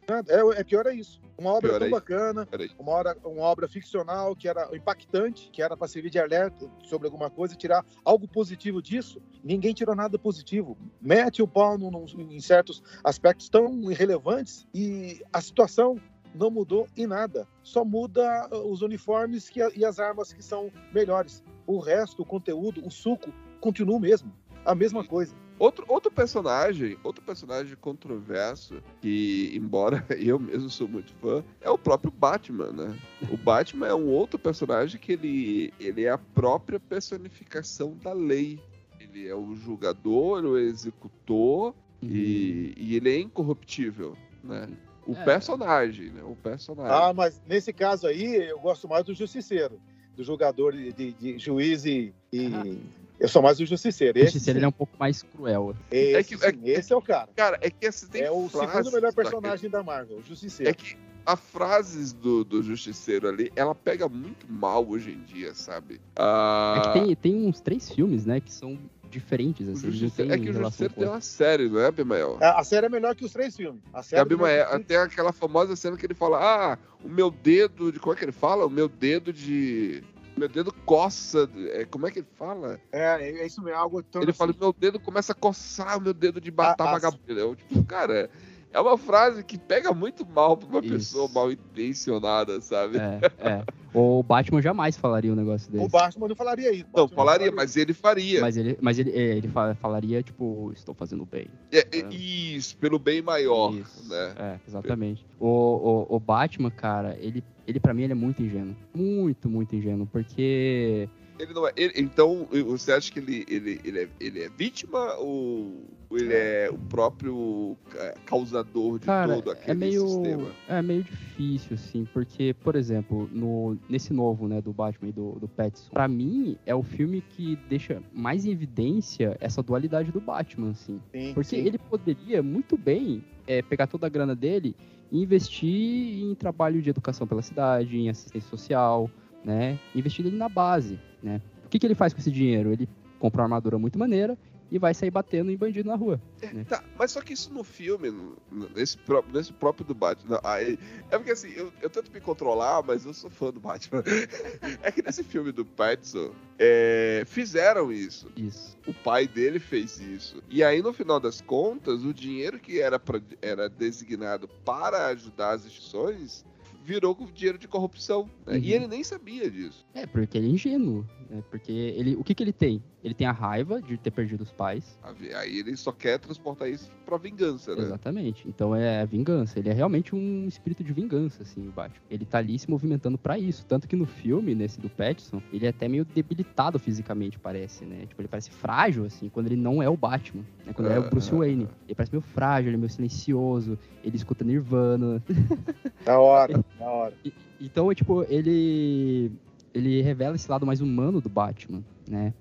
É pior é isso. Uma obra Pior tão é bacana, Peraí. uma obra ficcional que era impactante, que era para servir de alerta sobre alguma coisa, tirar algo positivo disso. Ninguém tirou nada positivo. Mete o pau em certos aspectos tão irrelevantes e a situação não mudou em nada. Só muda os uniformes e as armas que são melhores. O resto, o conteúdo, o suco, continua o mesmo. A mesma coisa. Outro personagem controverso, que embora eu mesmo sou muito fã, é o próprio Batman, né? O Batman é um outro personagem que ele é a própria personificação da lei. Ele é o julgador, o executor, e ele é incorruptível, né? O personagem, né? O personagem. Ah, mas nesse caso aí, eu gosto mais do Justiceiro, do jogador de juiz e... Eu sou mais o Justiceiro. O Justiceiro ele é um pouco mais cruel. Esse é o cara. Cara, é que assim, tem É o segundo melhor personagem da Marvel, o Justiceiro. É que a frases do Justiceiro ali, ela pega muito mal hoje em dia, sabe? É que tem uns 3 filmes, né, que são diferentes, assim. É que o Justiceiro tem uma série, não é, Abimael? A série é melhor que os 3 filmes. A série Tem aquela famosa cena que ele fala, o meu dedo de... Como é que ele fala? O meu dedo coça... Como é que ele fala? É isso mesmo. Algo tão ele fala, meu dedo começa a coçar o meu dedo de matar vagabundo. Tipo, cara... É uma frase que pega muito mal pra uma pessoa mal intencionada, sabe? O Batman jamais falaria um negócio desse. O Batman não falaria isso. Não, falaria, mas ele faria. Mas ele falaria, tipo, estou fazendo bem. Isso, pelo bem maior, né? Exatamente. O Batman, cara, ele pra mim, ele é muito ingênuo. Muito, muito ingênuo, porque... Ele não é... Então, você acha que ele é vítima ou ele é o próprio causador de todo aquele sistema? É meio difícil, assim, porque, por exemplo, nesse novo, né, do Batman e do Pattinson, pra mim, é o filme que deixa mais em evidência essa dualidade do Batman, assim. Porque ele poderia muito bem pegar toda a grana dele e investir em trabalho de educação pela cidade, em assistência social, né? Investir ele na base, né? O que ele faz com esse dinheiro? Ele compra uma armadura muito maneira e vai sair batendo em bandido na rua. Né? Tá, mas só que isso no filme, nesse próprio do Batman, é porque assim, eu tento me controlar, mas eu sou fã do Batman. É que nesse filme do Pattinson, fizeram isso. O pai dele fez isso. E aí, no final das contas, o dinheiro que era designado para ajudar as instituições virou com dinheiro de corrupção, né? E ele nem sabia disso. Porque ele é ingênuo, né? Porque o que ele tem? Ele tem a raiva de ter perdido os pais. Aí ele só quer transportar isso pra vingança, né? Exatamente. Então é a vingança. Ele é realmente um espírito de vingança, assim, o Batman. Ele tá ali se movimentando pra isso. Tanto que no filme, nesse do Pattinson, ele é até meio debilitado fisicamente, parece, né? Tipo, ele parece frágil, assim, quando ele não é o Batman, né? Quando ele é o Bruce Wayne. Ele parece meio frágil, ele é meio silencioso, ele escuta Nirvana. Da hora. Então, tipo, ele revela esse lado mais humano do Batman, né?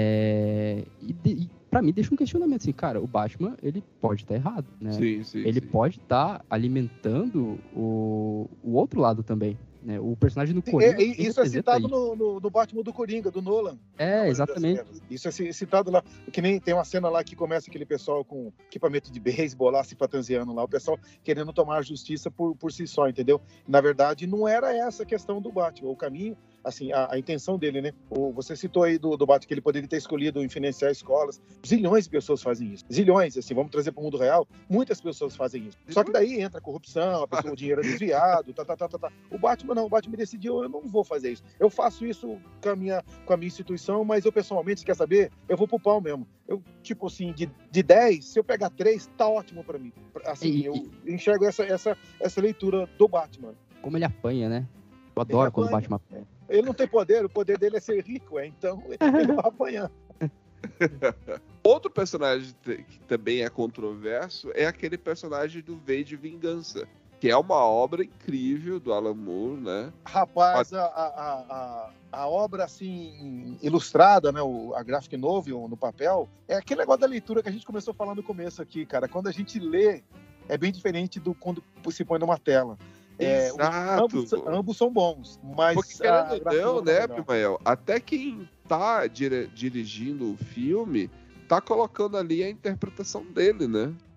E pra mim deixa um questionamento assim, cara, o Batman, ele pode estar errado, né? Ele pode estar alimentando o outro lado também, né? O personagem do Coringa... Isso é citado no Batman do Coringa, do Nolan. Exatamente. Isso é citado lá, que nem tem uma cena lá que começa aquele pessoal com equipamento de beisebol lá, se fantasiando lá, o pessoal querendo tomar a justiça por si só, entendeu? Na verdade, não era essa a questão do Batman, o caminho... Assim, a intenção dele, né? Você citou aí do Batman que ele poderia ter escolhido em financiar escolas. Zilhões de pessoas fazem isso. Zilhões, assim, vamos trazer para o mundo real. Muitas pessoas fazem isso. Só que daí entra a corrupção, o dinheiro é desviado, O Batman não, o Batman decidiu, eu não vou fazer isso. Eu faço isso com a minha instituição, mas eu pessoalmente, se quer saber, eu vou pro pau mesmo. Eu, tipo assim, de 10, se eu pegar 3, tá ótimo para mim. Assim, eu enxergo essa leitura do Batman. Como ele apanha, né? Eu adoro quando o Batman apanha. Ele não tem poder, o poder dele é ser rico, então ele vai apanhar. Outro personagem que também é controverso é aquele personagem do V de Vingança, que é uma obra incrível do Alan Moore, né? Rapaz, a obra, assim, ilustrada, né? A graphic novel no papel, é aquele negócio da leitura que a gente começou a falar no começo aqui, cara. Quando a gente lê, é bem diferente do quando se põe numa tela. Ambos são bons, mas... Porque querendo ou não, né, Abimael? Até quem tá dirigindo o filme tá colocando ali a interpretação dele, né?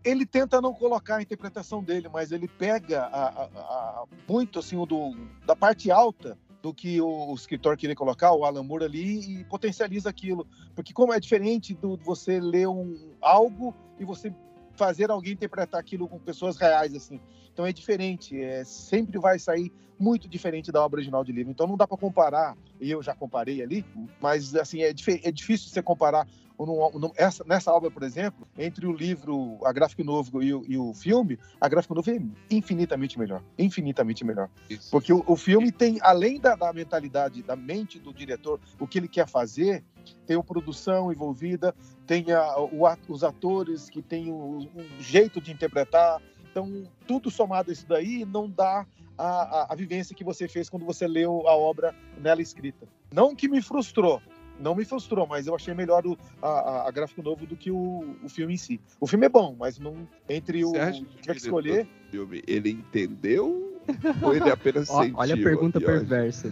Ele tenta não colocar a interpretação dele, mas ele pega muito assim, da parte alta do que o escritor queria colocar, o Alan Moore ali, e potencializa aquilo. Porque como é diferente do você ler algo e você fazer alguém interpretar aquilo com pessoas reais, assim. Então é diferente, sempre vai sair muito diferente da obra original de livro. Então não dá para comparar, e eu já comparei ali, mas assim, é difícil você comparar nessa obra, por exemplo, entre o livro, a Gráfico Novo e o filme. A Gráfico Novo é infinitamente melhor. Isso. Porque o filme tem, além da mentalidade, da mente do diretor, o que ele quer fazer, tem a produção envolvida, tem os atores que tem o jeito de interpretar. Então, tudo somado a isso daí não dá a vivência que você fez quando você leu a obra nela escrita. Não que me frustrou, mas eu achei melhor a Gráfico Novo do que o filme em si. O filme é bom, mas não entre o que tiver que escolher. Filme, ele entendeu ou ele apenas sentiu? Olha a pergunta perversa.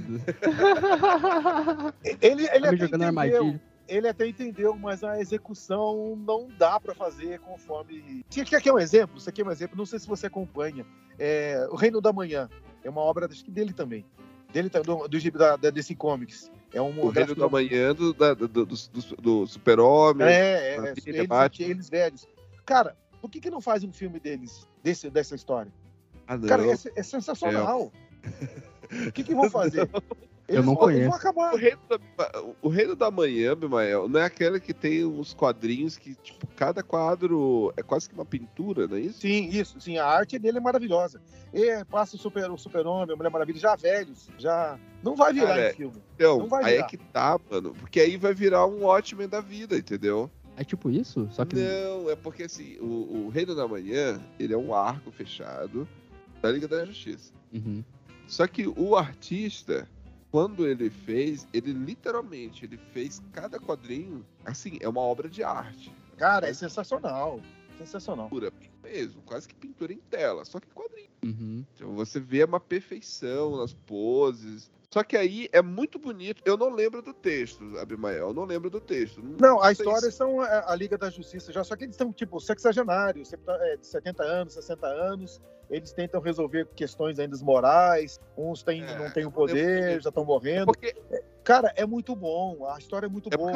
Ele tá me até jogando entendeu. armadilha. Ele até entendeu, mas a execução não dá para fazer conforme... Você quer um exemplo? Não sei se você acompanha. O Reino da Manhã. É uma obra, acho que dele também. Do gibi da DC Comics. O Reino da Manhã do Super-Homem. Eles velhos. Cara, por que não faz um filme deles, dessa história? Ah, não. Cara, é sensacional. O que vão fazer? Eu não conheço. Eles vão acabar. O Reino da Manhã, Bimael, não é aquele que tem uns quadrinhos que, tipo, cada quadro é quase que uma pintura, não é isso? Sim, isso. Sim, a arte dele é maravilhosa. E passa o Super-Homem, a Mulher Maravilha, já velhos, já... Não vai virar em filme. Então, não vai aí virar. É que tá, mano. Porque aí vai virar um Watchmen da vida, entendeu? É tipo isso? Só que... Não, é porque assim, o Reino da Manhã, ele é um arco fechado da Liga da Justiça. Uhum. Só que o artista... Quando ele literalmente fez cada quadrinho, assim, é uma obra de arte. Cara, é sensacional. Sensacional. Pintura mesmo, quase que pintura em tela, só que quadrinho. Uhum. Então você vê uma perfeição nas poses. Só que aí é muito bonito. Eu não lembro do texto, Abimael, eu não lembro do texto. Não, a história são a Liga da Justiça já, só que eles são tipo sexagenários, de 70 anos, 60 anos. Eles tentam resolver questões ainda morais, uns não têm o poder, já estão morrendo. Cara, é muito bom, a história é muito boa.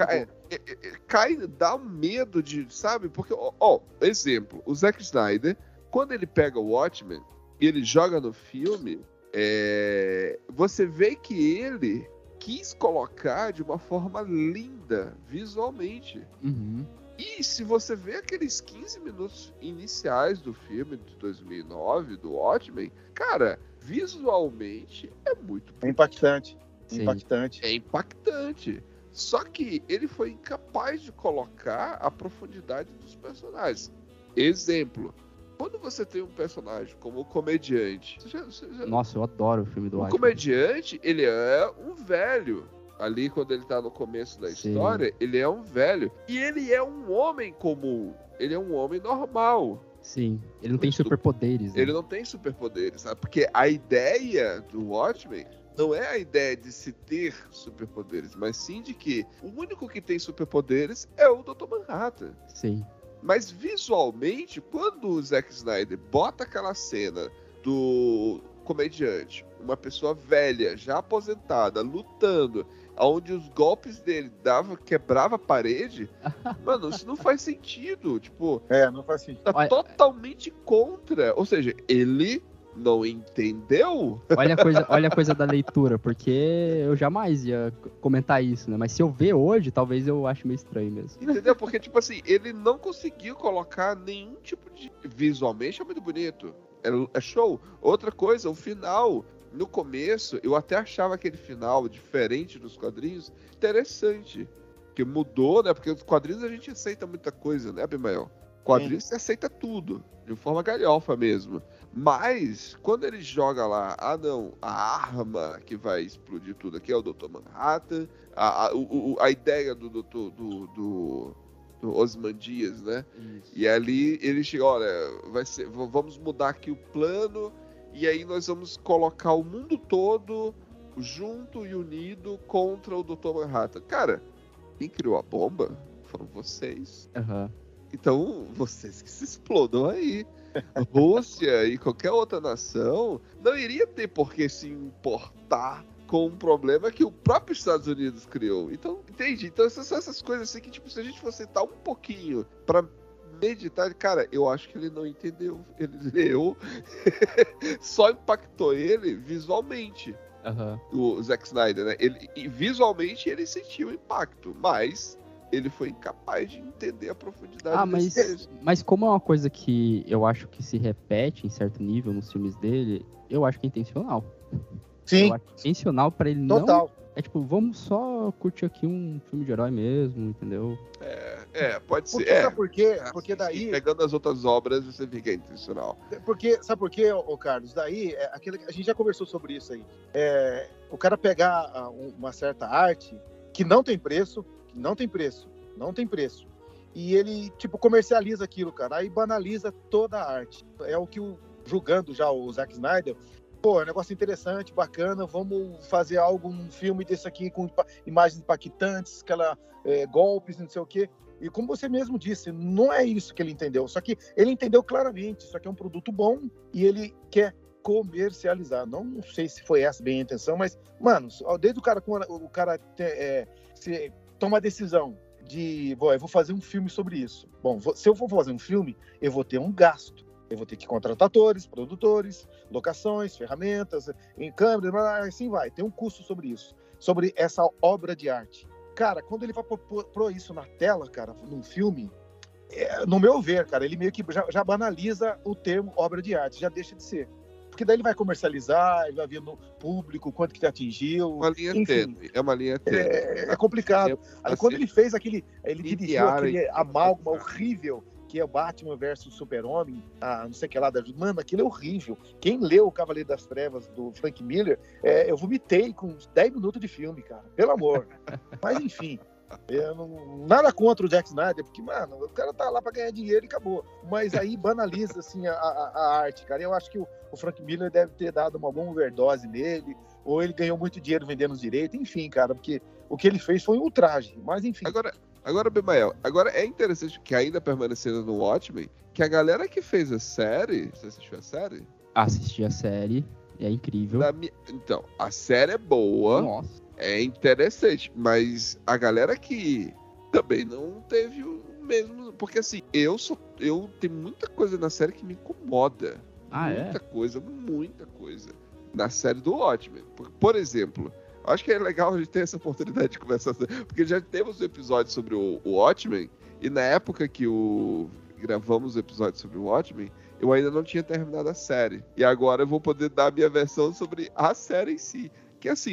Dá um medo de, sabe? Porque, exemplo, o Zack Snyder, quando ele pega o Watchmen e ele joga no filme, você vê que ele quis colocar de uma forma linda, visualmente. Uhum. E se você vê aqueles 15 minutos iniciais do filme de 2009, do Watchmen, cara, visualmente é muito bonito. É impactante. Sim. É impactante. Só que ele foi incapaz de colocar a profundidade dos personagens. Exemplo, quando você tem um personagem como o comediante... Nossa, eu adoro o filme do Watchmen. O comediante, ele é um velho. Ali, quando ele tá no começo da história, ele é um velho. E ele é um homem comum. Ele é um homem normal. Sim, ele não tem superpoderes. Né? Ele não tem superpoderes, sabe? Porque a ideia do Watchmen não é a ideia de se ter superpoderes, mas sim de que o único que tem superpoderes é o Dr. Manhattan. Sim. Mas visualmente, quando o Zack Snyder bota aquela cena do comediante, uma pessoa velha, já aposentada, lutando, onde os golpes dele quebrava a parede, mano, isso não faz sentido. Tipo, não faz sentido. Tá totalmente contra. Ou seja, ele não entendeu. Olha a coisa da leitura, porque eu jamais ia comentar isso, né? Mas se eu ver hoje, talvez eu ache meio estranho mesmo. Entendeu? Porque, tipo assim, ele não conseguiu colocar nenhum tipo de... Visualmente é muito bonito. É show. Outra coisa, o final... No começo, eu até achava aquele final, diferente dos quadrinhos, interessante. Porque mudou, né? Porque os quadrinhos a gente aceita muita coisa, né, Abimael? Quadrinhos você aceita tudo, de forma galhofa mesmo. Mas, quando ele joga lá, a arma que vai explodir tudo aqui é o Dr. Manhattan, a ideia do Ozymandias, né? Isso. E ali ele chega, olha, vamos mudar aqui o plano... E aí nós vamos colocar o mundo todo junto e unido contra o Dr. Manhattan. Cara, quem criou a bomba foram vocês. Uhum. Então, vocês que se explodam aí. Rússia e qualquer outra nação não iria ter por que se importar com um problema que o próprio Estados Unidos criou. Então, entende? Então, são essas coisas assim que, tipo, se a gente for sentar um pouquinho pra meditar, cara, eu acho que ele não entendeu. Ele leu, só impactou ele visualmente. O Zack Snyder, né? E visualmente ele sentiu o impacto, mas ele foi incapaz de entender a profundidade desse texto. Mas como é uma coisa que eu acho que se repete em certo nível nos filmes dele, eu acho que é intencional. Sim. Eu acho intencional pra ele Total. não... É tipo, vamos só curtir aqui um filme de herói mesmo, entendeu? Pode ser. Porque, sabe por quê? Porque daí... Pegando as outras obras, você fica intencional. Sabe por quê, ô Carlos? Daí, a gente já conversou sobre isso aí. O cara pegar uma certa arte que não tem preço, e ele, tipo, comercializa aquilo, cara. Aí banaliza toda a arte. É o que, julgando já o Zack Snyder, pô, é um negócio interessante, bacana, vamos fazer um filme desse aqui com imagens impactantes, golpes, não sei o quê. E como você mesmo disse, não é isso que ele entendeu. Só que ele entendeu claramente, isso aqui é um produto bom e ele quer comercializar. Não sei se foi essa bem a intenção, mas, mano, desde o cara se toma a decisão de, eu vou fazer um filme sobre isso. Bom, se eu for fazer um filme, eu vou ter um gasto. Eu vou ter que contratar atores, produtores, locações, ferramentas, em câmera, assim vai. Tem um custo sobre isso, sobre essa obra de arte. Cara, quando ele vai pôr isso na tela, cara, num filme, no meu ver, cara, ele meio que já banaliza o termo obra de arte, já deixa de ser. Porque daí ele vai comercializar, ele vai ver no público quanto que atingiu. Uma linha tênue. É uma linha tênue. É complicado. Aí quando ele fez ele dirigiu aquele amálgama horrível, que é o Batman versus Super-Homem, não sei o que lá, mano, aquilo é horrível. Quem leu O Cavaleiro das Trevas, do Frank Miller, eu vomitei com 10 minutos de filme, cara, pelo amor. Mas enfim, nada contra o Zack Snyder, porque, mano, o cara tá lá pra ganhar dinheiro e acabou. Mas aí banaliza, assim, a arte, cara. Eu acho que o Frank Miller deve ter dado uma alguma overdose nele, ou ele ganhou muito dinheiro vendendo os direitos, enfim, cara, porque o que ele fez foi um ultraje, mas enfim. Agora, Bimael, é interessante que ainda permanecendo no Watchmen, que a galera que fez a série... Você assistiu a série? Assisti a série, é incrível. Então, a série é boa, Nossa. É interessante, mas a galera que também não teve o mesmo... Porque assim, eu tenho muita coisa na série que me incomoda. Muita coisa. Na série do Watchmen. Por exemplo... Acho que é legal a gente ter essa oportunidade de conversar, porque já temos um episódio sobre o Watchmen, e na época que gravamos o episódio sobre o Watchmen, eu ainda não tinha terminado a série. E agora eu vou poder dar a minha versão sobre a série em si. Que assim,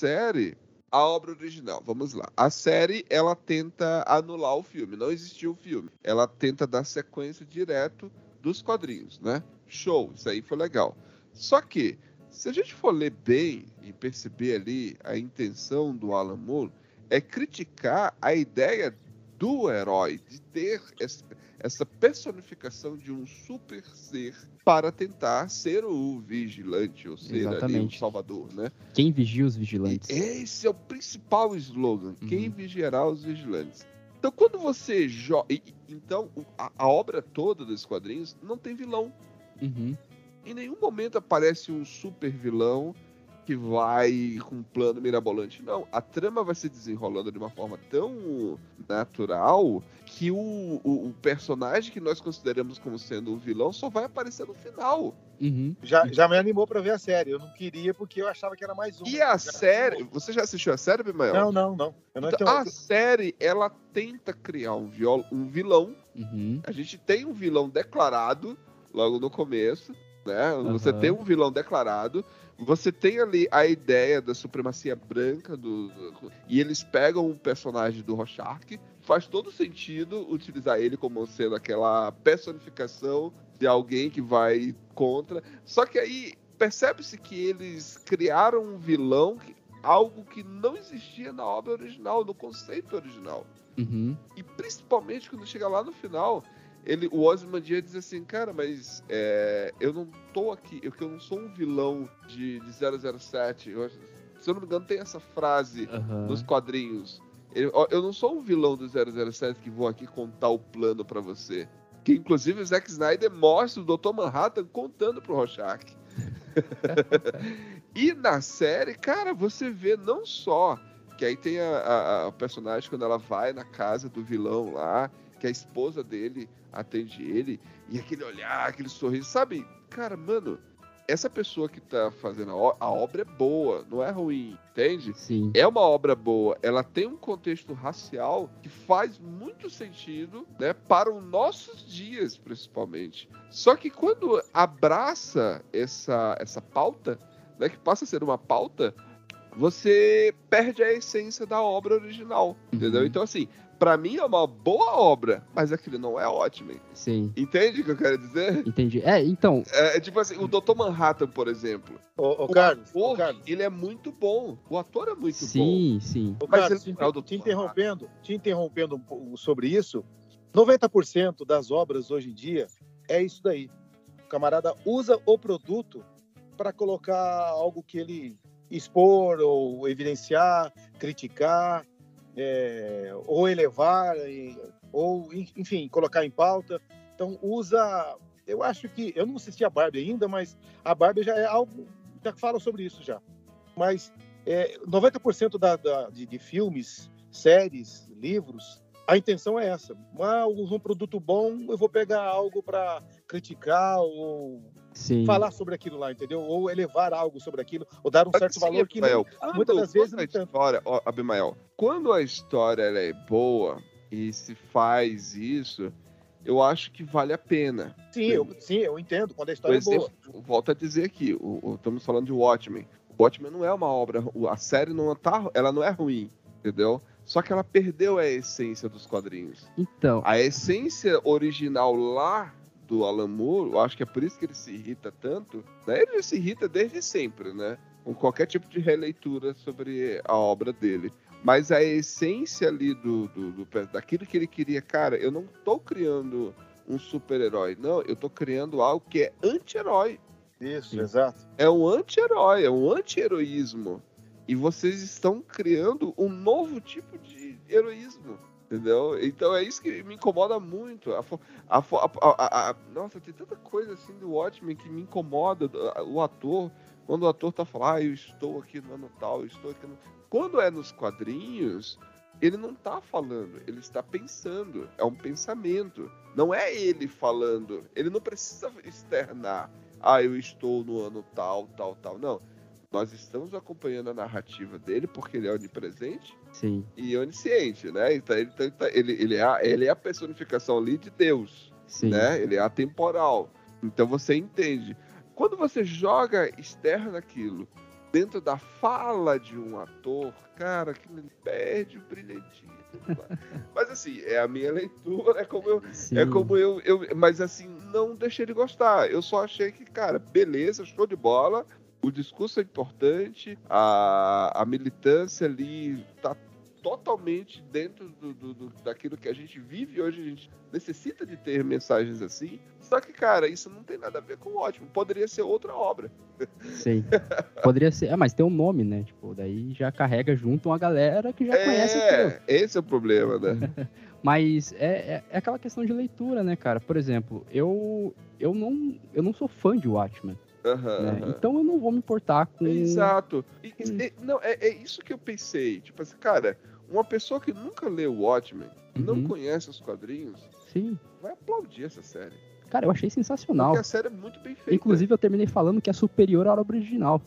a obra original, vamos lá. A série, ela tenta anular o filme, não existiu o filme. Ela tenta dar sequência direto dos quadrinhos, né? Show, isso aí foi legal. Só que, se a gente for ler bem e perceber ali a intenção do Alan Moore, é criticar a ideia do herói, de ter essa personificação de um super ser para tentar ser o vigilante, ou ser ali o salvador, né? Quem vigia os vigilantes. Esse é o principal slogan, quem vigiará os vigilantes. Então, quando você joga... Então, a obra toda dos quadrinhos não tem vilão. Em nenhum momento aparece um super vilão que vai com um plano mirabolante. Não, a trama vai se desenrolando de uma forma tão natural que o personagem que nós consideramos como sendo um vilão só vai aparecer no final. Já me animou pra ver a série. Eu não queria porque eu achava que era mais uma. E a série... Você já assistiu a série, Bimael? Não. A série, ela tenta criar um vilão. A gente tem um vilão declarado logo no começo. Né? Você tem um vilão declarado, você tem ali a ideia da supremacia branca e eles pegam um personagem do Rorschach, faz todo sentido utilizar ele como sendo aquela personificação de alguém que vai contra, só que aí percebe-se que eles criaram um vilão, algo que não existia na obra original, no conceito original. E principalmente quando chega lá no final... O Ozymandias diz assim, cara, mas eu não tô aqui, eu não sou um vilão de 007. Se eu não me engano, tem essa frase nos quadrinhos. Eu não sou um vilão do 007 que vou aqui contar o plano pra você. Que inclusive o Zack Snyder mostra o Dr. Manhattan contando pro Rorschach. E na série, cara, você vê não só que aí tem a personagem quando ela vai na casa do vilão lá, que a esposa dele atende ele, e aquele olhar, aquele sorriso, sabe? Cara, mano, essa pessoa que tá fazendo a obra é boa, não é ruim, entende? Sim. É uma obra boa, ela tem um contexto racial que faz muito sentido, né, para os nossos dias, principalmente. Só que quando abraça essa pauta, né, que passa a ser uma pauta, você perde a essência da obra original, entendeu? Então, assim, pra mim é uma boa obra, mas aquilo não é ótimo. Sim. Entende o que eu quero dizer? Entendi. Então... É tipo assim, o Dr. Manhattan, por exemplo. Ô, Carlos, Ele é muito bom. O ator é muito bom. Sim, sim. Ô, Mas Carlos, ele não é o Dr. te interrompendo um pouco sobre isso, 90% das obras hoje em dia é isso daí. O camarada usa o produto para colocar algo que ele expor ou evidenciar, criticar, ou elevar, ou, enfim, colocar em pauta. Então, eu acho que, eu não assisti a Barbie ainda, mas a Barbie já é algo, já fala sobre isso já. Mas 90% de filmes, séries, livros, a intenção é essa. Uso um produto bom, eu vou pegar algo para criticar ou falar sobre aquilo lá, entendeu? Ou elevar algo sobre aquilo, ou dar um certo valor que muitas das vezes não tanto. Abimael, quando a história ela é boa e se faz isso, eu acho que vale a pena. Sim, eu entendo, quando a história é boa. Volto a dizer aqui, estamos falando de Watchmen. O Watchmen não é uma obra, a série ela não é ruim, entendeu? Só que ela perdeu a essência dos quadrinhos. Então, a essência original lá do Alan Moore, eu acho que é por isso que ele se irrita tanto, né? Ele se irrita desde sempre, né? Com qualquer tipo de releitura sobre a obra dele. Mas a essência ali daquilo que ele queria, cara, eu não tô criando um super-herói, não, eu tô criando algo que é anti-herói. Isso, sim. Exato. É um anti-herói, é um anti-heroísmo. E vocês estão criando um novo tipo de heroísmo. Entendeu? Então é isso que me incomoda muito. Nossa, tem tanta coisa assim do Watchmen que me incomoda. O ator, quando o ator tá falando, eu estou aqui no ano tal, eu estou aqui no... Quando é nos quadrinhos, ele não tá falando, ele está pensando. É um pensamento. Não é ele falando. Ele não precisa externar. Eu estou no ano tal, tal, tal. Não. Nós estamos acompanhando a narrativa dele porque ele é onipresente. Sim. E onisciente, né? Então ele é a personificação ali de Deus. Sim. Né? Ele é atemporal. Então você entende. Quando você joga externo aquilo dentro da fala de um ator, cara, que perde o brilhantismo. Mas assim, é a minha leitura, é como eu, mas assim, não deixei de gostar. Eu só achei que, cara, beleza, show de bola. O discurso é importante, a militância ali tá totalmente dentro daquilo que a gente vive hoje. A gente necessita de ter mensagens assim. Só que, cara, isso não tem nada a ver com o Ótimo. Poderia ser outra obra. Sim. Poderia ser. Mas tem um nome, né? Tipo, daí já carrega junto uma galera que já conhece aquilo. Esse é o problema, né? Mas é aquela questão de leitura, né, cara? Por exemplo, eu não sou fã de Watchmen. Né? Então eu não vou me importar com... Exato. Não, é isso que eu pensei. Tipo assim, cara, uma pessoa que nunca leu Watchmen, não conhece os quadrinhos, sim, vai aplaudir essa série. Cara, eu achei sensacional. Porque a série é muito bem feita. Inclusive, eu terminei falando que é superior à obra original.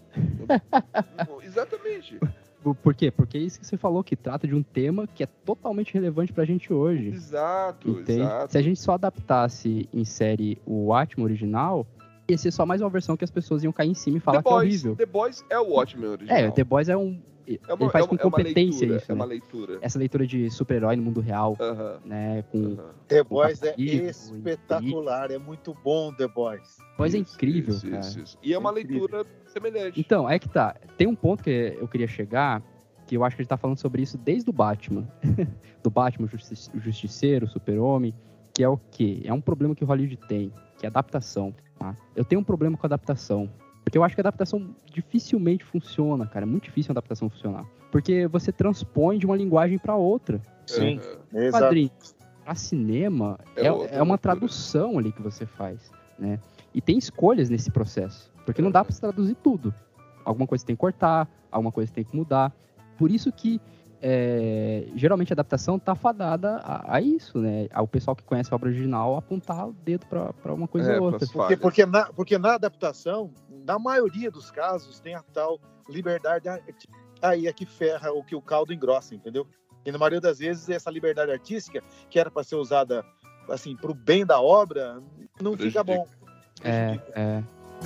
Exatamente. Por quê? Porque é isso que você falou, que trata de um tema que é totalmente relevante pra gente hoje. Exato. Se a gente só adaptasse em série o Watchmen original, ia ser só mais uma versão que as pessoas iam cair em cima e falar que é horrível. The Boys é o Watchmen original. The Boys ele faz com competência leitura, isso, uma né? leitura. Essa leitura de super-herói no mundo real, né? The Boys é espetacular, é muito bom The Boys. The Boys é incrível, cara. Isso. E é uma leitura semelhante. Então, é que tá. Tem um ponto que eu queria chegar, que eu acho que a gente tá falando sobre isso desde o Batman. Do Batman, o Justiceiro, o Super-Homem, que é o quê? É um problema que o Hollywood tem, que é adaptação. Tá? Eu tenho um problema com adaptação. Porque eu acho que a adaptação dificilmente funciona, cara. É muito difícil a adaptação funcionar. Porque você transpõe de uma linguagem para outra. Sim, O exato. quadrinho para cinema É outra é uma leitura. tradução ali que você faz, né? E tem escolhas nesse processo. Porque não dá para traduzir tudo. Alguma coisa tem que cortar, alguma coisa tem que mudar. Por isso que geralmente a adaptação tá fadada a isso, né? Ao pessoal que conhece a obra original apontar o dedo para uma coisa ou outra. pras falhas. Porque na adaptação, na maioria dos casos, tem a tal liberdade artística. Aí é que ferra o que o caldo engrossa, entendeu? E na maioria das vezes, essa liberdade artística, que era para ser usada assim, pro bem da obra, não fica bom. É.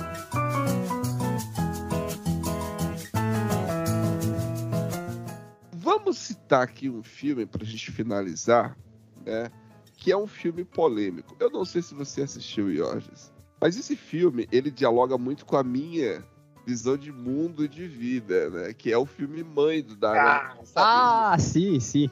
Vamos citar aqui um filme pra gente finalizar, né? Que é um filme polêmico. Eu não sei se você assistiu, Iorges, mas esse filme, ele dialoga muito com a minha visão de mundo e de vida, né? Que é o filme Mãe, do Darren. Sim.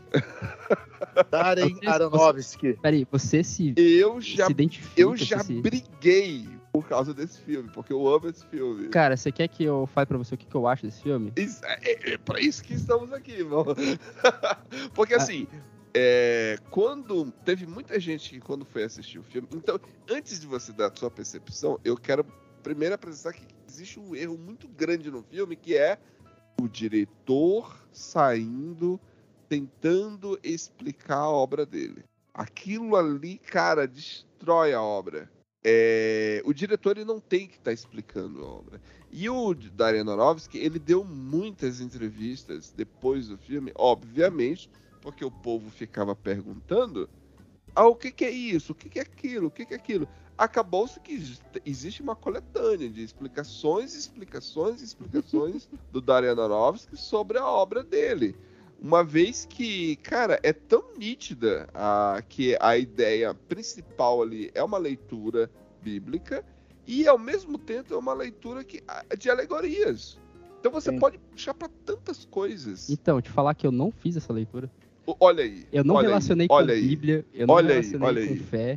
Darren Aronofsky. Peraí, você se identifica Eu já com esse... briguei por causa desse filme, porque eu amo esse filme. Cara, você quer que eu fale pra você o que eu acho desse filme? É pra isso que estamos aqui, irmão. Porque assim, quando teve muita gente que quando foi assistir o filme, então, antes de você dar a sua percepção, eu quero primeiro apresentar que existe um erro muito grande no filme, que é o diretor saindo, tentando explicar a obra dele. Aquilo ali, cara, destrói a obra. O diretor, ele não tem que estar explicando a obra. E o Darren Aronofsky, ele deu muitas entrevistas depois do filme, obviamente, porque o povo ficava perguntando: o que é isso? O que é aquilo? O que é aquilo? Acabou-se que existe uma coletânea de explicações do Darren Aronofsky sobre a obra dele. Uma vez que, cara, é tão nítida que a ideia principal ali é uma leitura bíblica e, ao mesmo tempo, é uma leitura de alegorias. Então você pode puxar para tantas coisas. Então, te falar que eu não fiz essa leitura. Olha aí. Eu não relacionei com Bíblia, eu não relacionei com fé.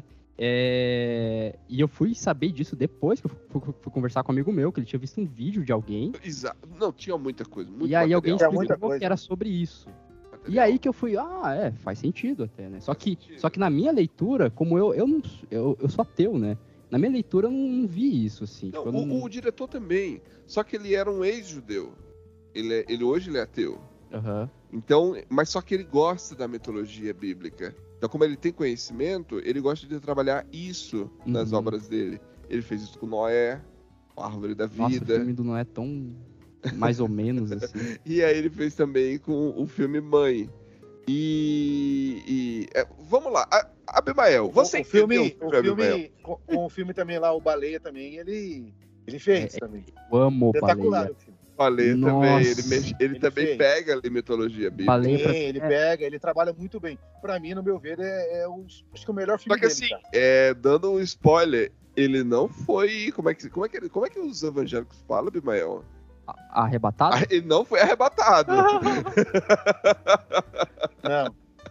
E eu fui saber disso depois que eu fui conversar com um amigo meu, que ele tinha visto um vídeo de alguém. Exato. Não, tinha muita coisa. Muito e aí material. alguém explicou que era sobre isso. E aí que eu fui, faz sentido até, né? Só que na minha leitura, como eu sou ateu, né? Na minha leitura eu não vi isso, assim. Não, tipo, o diretor também. Só que ele era um ex-judeu. Hoje ele é ateu. Uhum. Então, mas só que ele gosta da mitologia bíblica. Então, como ele tem conhecimento, ele gosta de trabalhar isso nas obras dele. Ele fez isso com Noé, a Árvore da Vida. Nossa, o filme do Noé é tão mais ou menos assim. E aí ele fez também com o filme Mãe. Vamos lá, Abimael, você o filme também lá, o Baleia também, ele fez também. Eu amo Espetacular Baleia. o filme. Baleia também, ele também fez. pega a mitologia bíblica. Baleia Ele pega, ele trabalha muito bem. Pra mim, no meu ver, acho que o melhor filme Só que dele, assim, cara. dando um spoiler, ele não foi... Como é que os evangélicos falam, Abimael? Arrebatado? Ele não foi arrebatado. Não.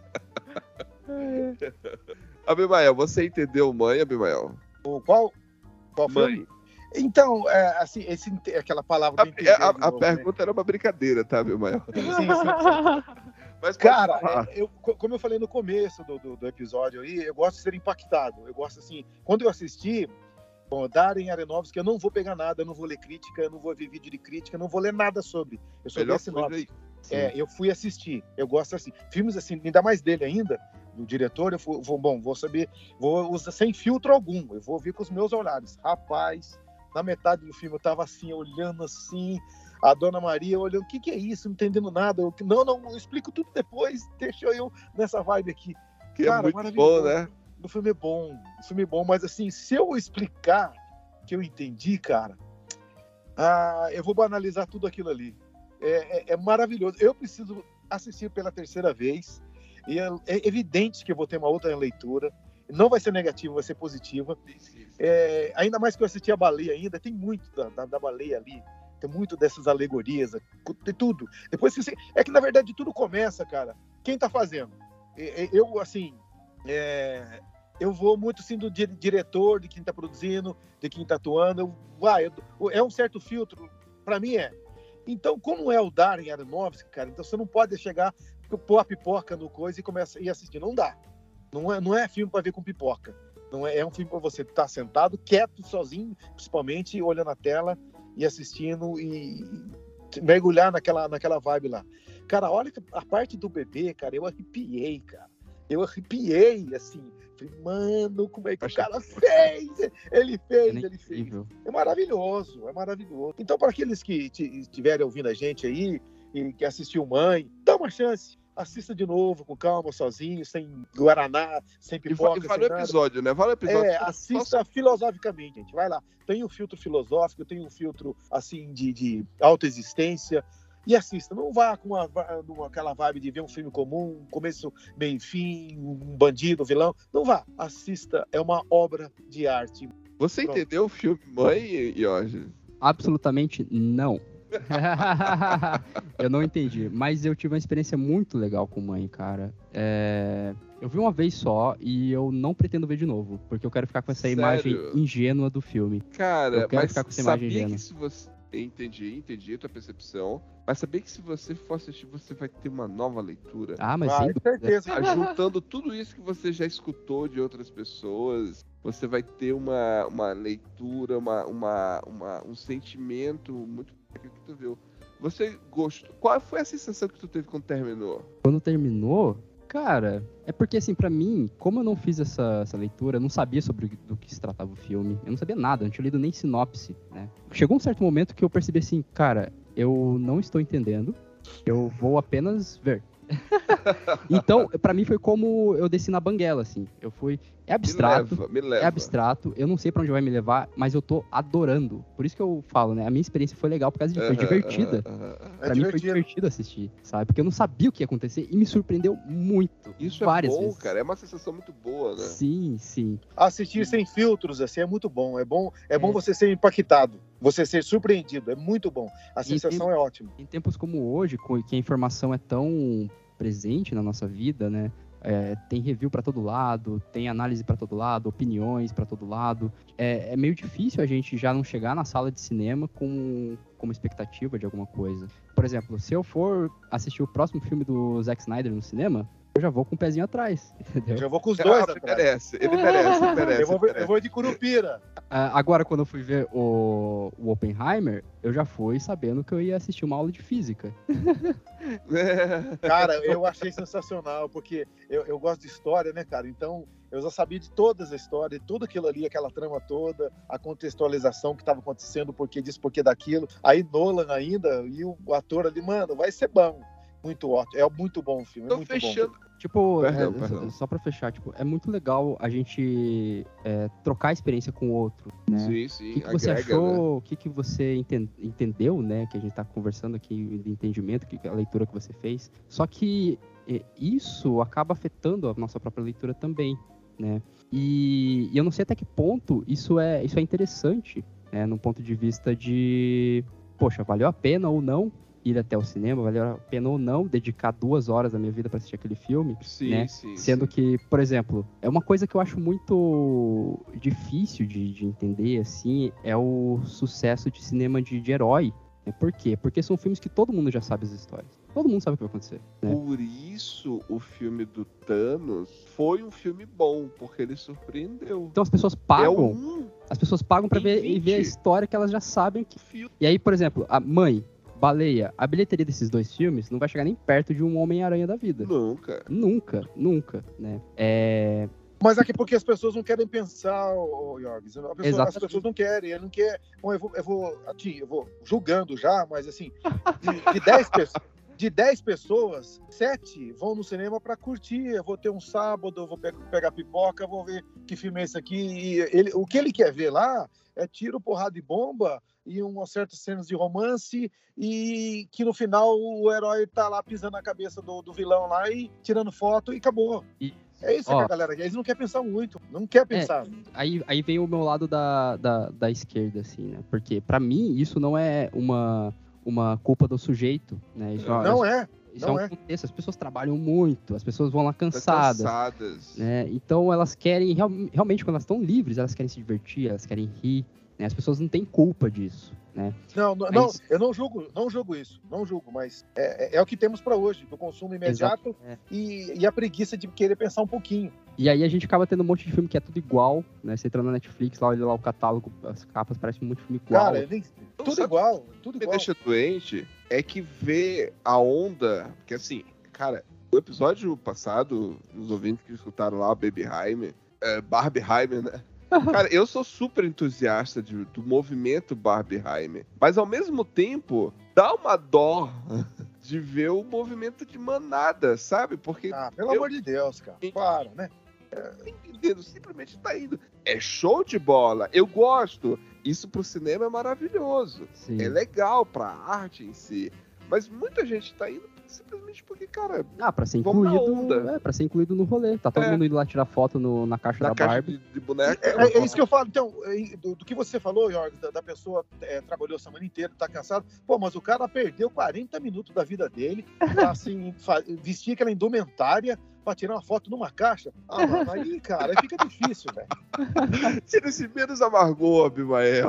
Abimael, você entendeu Mãe, Abimael? Qual Mãe. filme? Então, assim, aquela palavra... A pergunta era uma brincadeira, tá, Abimael? Sim. Mas cara, como eu falei no começo do episódio aí, eu gosto de ser impactado. Eu gosto, assim, quando eu assisti, Darren Aronofsky, eu não vou pegar nada, eu não vou ler crítica, eu não vou ver vídeo de crítica, eu não vou ler nada sobre. Eu só ver sinopse. Eu fui assistir. Eu gosto assim. Filmes assim, ainda mais dele ainda, do diretor, eu vou saber, vou usar sem filtro algum. Eu vou ver com os meus olhares. Rapaz, na metade do filme eu tava assim, olhando assim, a Dona Maria olhando, o que é isso? Não entendendo nada. Eu explico tudo depois, deixa eu nessa vibe aqui. Que cara, é muito bom, né? O filme é bom, mas assim, se eu explicar que eu entendi, cara, eu vou banalizar tudo aquilo ali. É maravilhoso. Eu preciso assistir pela terceira vez, e é evidente que eu vou ter uma outra leitura. Não vai ser negativa, vai ser positiva. Ainda mais que eu assisti a Baleia ainda, tem muito da Baleia ali, tem muito dessas alegorias, tem tudo. Depois é que na verdade tudo começa, cara. Quem tá fazendo? Eu, assim, eu vou muito assim do diretor, de quem tá produzindo, de quem tá atuando. É um certo filtro, pra mim é. Então, como é o Darren Aronofsky, cara, então você não pode chegar, pôr a pipoca no coisa e começar a assistir. Não dá. Não é filme pra ver com pipoca. Não é um filme pra você estar sentado, quieto, sozinho, principalmente olhando a tela e assistindo e mergulhar naquela vibe lá. Cara, olha a parte do bebê, cara, eu arrepiei, cara. Eu arrepiei, assim. Falei, mano, como é que o cara fez? Ele fez. É maravilhoso. Então, para aqueles que estiverem ouvindo a gente aí e que assistiu Mãe, dá uma chance. Assista de novo, com calma, sozinho, sem guaraná, sem pipoca. E vale o episódio, né? Vale o episódio. Assista filosoficamente, gente. Vai lá. Tem um filtro filosófico, tem um filtro, assim, de autoexistência. E assista. Não vá com aquela vibe de ver um filme comum, começo, meio e fim, um bandido, um vilão. Não vá. Assista. É uma obra de arte. Você entendeu o filme Mãe, Jorge? Absolutamente não. Eu não entendi, mas eu tive uma experiência muito legal com Mãe, cara. Eu vi uma vez só e eu não pretendo ver de novo, porque eu quero ficar com essa imagem ingênua do filme. Cara, eu quero ficar com essa imagem ingênua. Que se você... Entendi a tua percepção, mas sabia que se você for assistir, você vai ter uma nova leitura. Mas sem certeza. Juntando tudo isso que você já escutou de outras pessoas, você vai ter uma leitura, um sentimento muito que tu viu. Você gostou? Qual foi a sensação que tu teve quando terminou? Quando terminou, cara, é porque assim, pra mim, como eu não fiz essa leitura, eu não sabia do que se tratava o filme, eu não sabia nada, eu não tinha lido nem sinopse, né? Chegou um certo momento que eu percebi assim, cara, eu não estou entendendo, eu vou apenas ver. Então, pra mim foi como eu desci na banguela, assim. Eu fui... É abstrato. Me leva. É abstrato. Eu não sei pra onde vai me levar, mas eu tô adorando. Por isso que eu falo, né? A minha experiência foi legal por causa disso. Foi divertida. Pra mim foi divertido assistir, sabe? Porque eu não sabia o que ia acontecer e me surpreendeu muito. Isso várias é bom, vezes. cara. É uma sensação muito boa, né? Sim. Assistir sem filtros, assim, é muito bom. É bom você ser impactado. Você ser surpreendido. É muito bom. A sensação é ótima. Em tempos como hoje, que a informação é tão presente na nossa vida, né? Tem review pra todo lado, tem análise pra todo lado, opiniões pra todo lado. É meio difícil a gente já não chegar na sala de cinema com uma expectativa de alguma coisa. Por exemplo, se eu for assistir o próximo filme do Zack Snyder no cinema, eu já vou com o pezinho atrás, entendeu? Eu já vou com os dois atrás. Ele merece. Eu vou de Curupira. Agora, quando eu fui ver o Oppenheimer, eu já fui sabendo que eu ia assistir uma aula de física. Cara, eu achei sensacional, porque eu gosto de história, né, cara? Então, eu já sabia de todas as histórias, tudo aquilo ali, aquela trama toda, a contextualização que estava acontecendo, porquê disso, porquê daquilo. Aí Nolan ainda, e o ator ali, mano, vai ser bom. Muito ótimo, é muito bom o filme. Tô fechando. Bom. Tipo, perdão. Só pra fechar, tipo, é muito legal a gente trocar a experiência com o outro, né? Sim. O que você achou, né? O que você entendeu, né? Que a gente tá conversando aqui de entendimento, a leitura que você fez. Só que isso acaba afetando a nossa própria leitura também, né? E eu não sei até que ponto isso é interessante, né? Num ponto de vista de, poxa, valeu a pena ou não ir até o cinema, valeu a pena ou não dedicar 2 horas da minha vida para assistir aquele filme, né? Sendo que, por exemplo, é uma coisa que eu acho muito difícil de entender, assim, é o sucesso de cinema de herói. Por quê? Porque são filmes que todo mundo já sabe as histórias. Todo mundo sabe o que vai acontecer, né? Por isso, o filme do Thanos foi um filme bom, porque ele surpreendeu. Então as pessoas pagam. As pessoas pagam pra ver a história que elas já sabem que... E aí, por exemplo, a Mãe, Baleia, a bilheteria desses 2 filmes não vai chegar nem perto de um Homem-Aranha da vida. Nunca, né? Mas aqui porque as pessoas não querem pensar, Jorgs. As pessoas não querem, ele não quer. Bom, eu vou julgando já, mas assim, de 10 pessoas, 7 vão no cinema pra curtir. Eu vou ter um sábado, eu vou pegar pipoca, vou ver que filme é esse aqui. E o que ele quer ver lá é tiro, porrada e bomba e umas certas cenas de romance e que no final o herói tá lá pisando na cabeça do vilão lá e tirando foto e acabou. É isso que a galera quer. Eles não querem pensar muito. Não quer pensar. Aí vem o meu lado da esquerda, assim, né? Porque pra mim isso não é uma culpa do sujeito, né? Isso, não é. Isso Não é é. um contexto. As pessoas trabalham muito, as pessoas vão lá Tá cansadas. Né? Então elas querem, realmente, quando elas estão livres, elas querem se divertir, elas querem rir. Né? As pessoas não têm culpa disso. Né? Não, Mas- eu não julgo isso, mas é o que temos para hoje, do consumo imediato Exato. É. e a preguiça de querer pensar um pouquinho. E aí a gente acaba tendo um monte de filme que é tudo igual, né? Você entra na Netflix, lá olha lá o catálogo, as capas parecem um monte de filme igual. Cara, tudo sabe- igual, tudo O que me igual. deixa doente é que vê a onda. Porque assim, cara, o episódio passado, os ouvintes que escutaram lá, Babyheim, Barbieheimer, né? Cara, eu sou super entusiasta do movimento Barbieheimer. Mas ao mesmo tempo, dá uma dó de ver o movimento de manada, sabe? Porque Ah, pelo amor de Deus, cara. Para, né? entendendo, simplesmente tá indo. É show de bola, eu gosto. Isso pro cinema é maravilhoso. Sim. É legal pra arte em si. Mas muita gente tá indo simplesmente porque, cara, Ah, pra ser Vamos na incluído. onda. Pra ser incluído no rolê. Tá todo É. mundo indo lá tirar foto na caixa na da caixa Barbie. de boneca. É isso que eu falo. Então, do que você falou, Jorge, da pessoa trabalhou a semana inteira, tá cansado. Pô, mas o cara perdeu 40 minutos da vida dele pra, assim, vestir aquela indumentária pra tirar uma foto numa caixa. Ah, mano, aí, cara, aí fica difícil, velho. Tira esse menos amargor, Abimael.